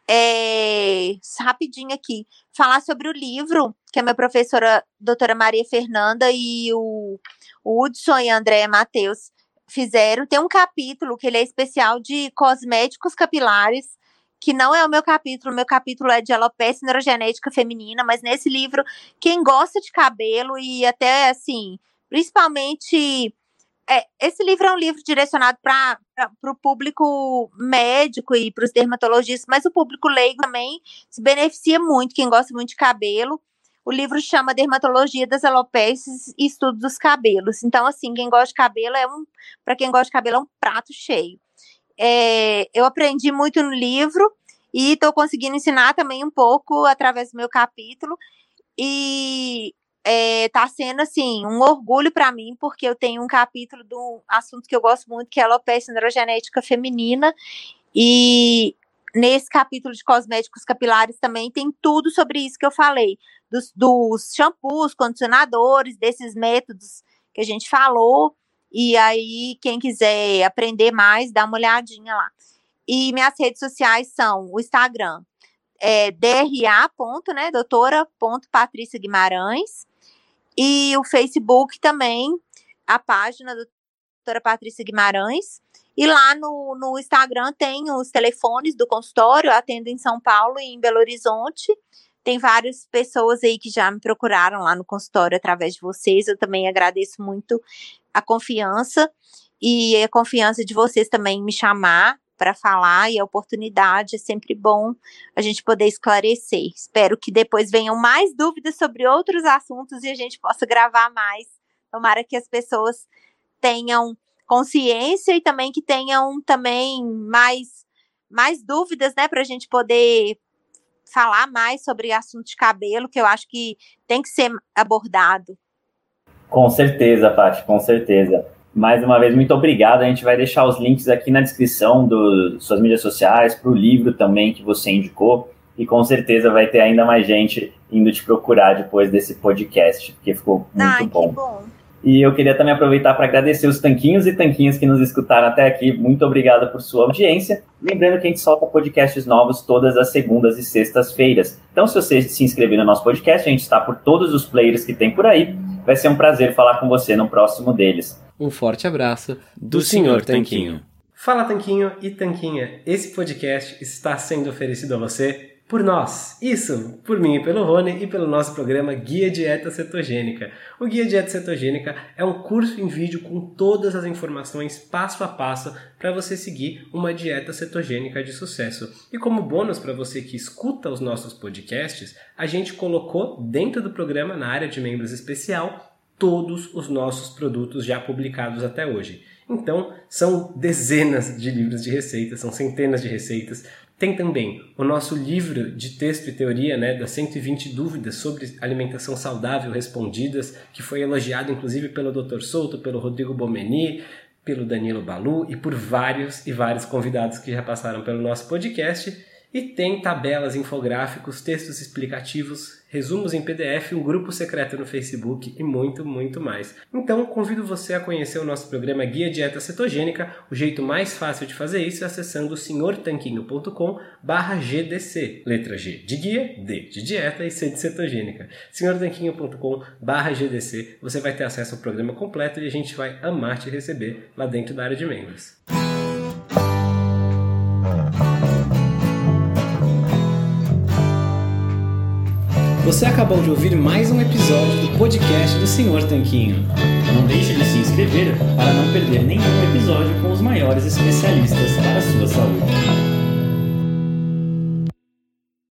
rapidinho aqui, falar sobre o livro que a minha professora, doutora Maria Fernanda, e o Hudson e a Andréa Matheus fizeram. Tem um capítulo que ele é especial de cosméticos capilares, que não é o meu capítulo é de alopecia neurogenética feminina, mas nesse livro, quem gosta de cabelo e até, assim, principalmente... esse livro é um livro direcionado para o público médico e para os dermatologistas, mas o público leigo também se beneficia muito, quem gosta muito de cabelo. O livro chama Dermatologia das Alopécias e Estudo dos Cabelos. Então, assim, quem gosta de cabelo para quem gosta de cabelo é um prato cheio. Eu aprendi muito no livro e estou conseguindo ensinar também um pouco através do meu capítulo. E tá sendo, assim, um orgulho para mim, porque eu tenho um capítulo de um assunto que eu gosto muito, que é a alopecia neurogenética feminina, e nesse capítulo de cosméticos capilares também tem tudo sobre isso que eu falei, dos shampoos, condicionadores, desses métodos que a gente falou, e aí quem quiser aprender mais, dá uma olhadinha lá. E minhas redes sociais são o Instagram, doutora.patrícia Guimarães, e o Facebook também, a página da doutora Patrícia Guimarães, e lá no Instagram tem os telefones do consultório, eu atendo em São Paulo e em Belo Horizonte, tem várias pessoas aí que já me procuraram lá no consultório através de vocês, eu também agradeço muito a confiança, e a confiança de vocês também em me chamar para falar, e a oportunidade, é sempre bom a gente poder esclarecer. Espero que depois venham mais dúvidas sobre outros assuntos e a gente possa gravar mais. Tomara que as pessoas tenham consciência e também que tenham também mais dúvidas, né, para a gente poder falar mais sobre assunto de cabelo, que eu acho que tem que ser abordado. Com certeza, Paty, com certeza. Mais uma vez, muito obrigado. A gente vai deixar os links aqui na descrição das suas mídias sociais, para o livro também que você indicou. E com certeza vai ter ainda mais gente indo te procurar depois desse podcast, porque ficou muito bom. Que bom. E eu queria também aproveitar para agradecer os tanquinhos e tanquinhas que nos escutaram até aqui. Muito obrigado por sua audiência. Lembrando que a gente solta podcasts novos todas as segundas e sextas-feiras. Então, se você se inscrever no nosso podcast, a gente está por todos os players que tem por aí. Vai ser um prazer falar com você no próximo deles. Um forte abraço do Sr. Tanquinho. Fala, Tanquinho e Tanquinha. Esse podcast está sendo oferecido a você por nós. Isso, por mim e pelo Rony e pelo nosso programa Guia Dieta Cetogênica. O Guia Dieta Cetogênica é um curso em vídeo com todas as informações passo a passo para você seguir uma dieta cetogênica de sucesso. E como bônus para você que escuta os nossos podcasts, a gente colocou dentro do programa, na área de membros especial, todos os nossos produtos já publicados até hoje. Então, são dezenas de livros de receitas, são centenas de receitas. Tem também o nosso livro de texto e teoria, das 120 dúvidas sobre alimentação saudável respondidas, que foi elogiado inclusive pelo Dr. Souto, pelo Rodrigo Bomeni, pelo Danilo Balu e por vários e vários convidados que já passaram pelo nosso podcast. E tem tabelas, infográficos, textos explicativos, resumos em PDF, um grupo secreto no Facebook e muito, muito mais. Então, convido você a conhecer o nosso programa Guia Dieta Cetogênica. O jeito mais fácil de fazer isso é acessando senhortanquinho.com/GDC. Letra G de guia, D de dieta e C de cetogênica. senhortanquinho.com/GDC. Você vai ter acesso ao programa completo e a gente vai amar te receber lá dentro da área de membros. Você acabou de ouvir mais um episódio do podcast do Sr. Tanquinho. Não deixe de se inscrever para não perder nenhum episódio com os maiores especialistas para a sua saúde.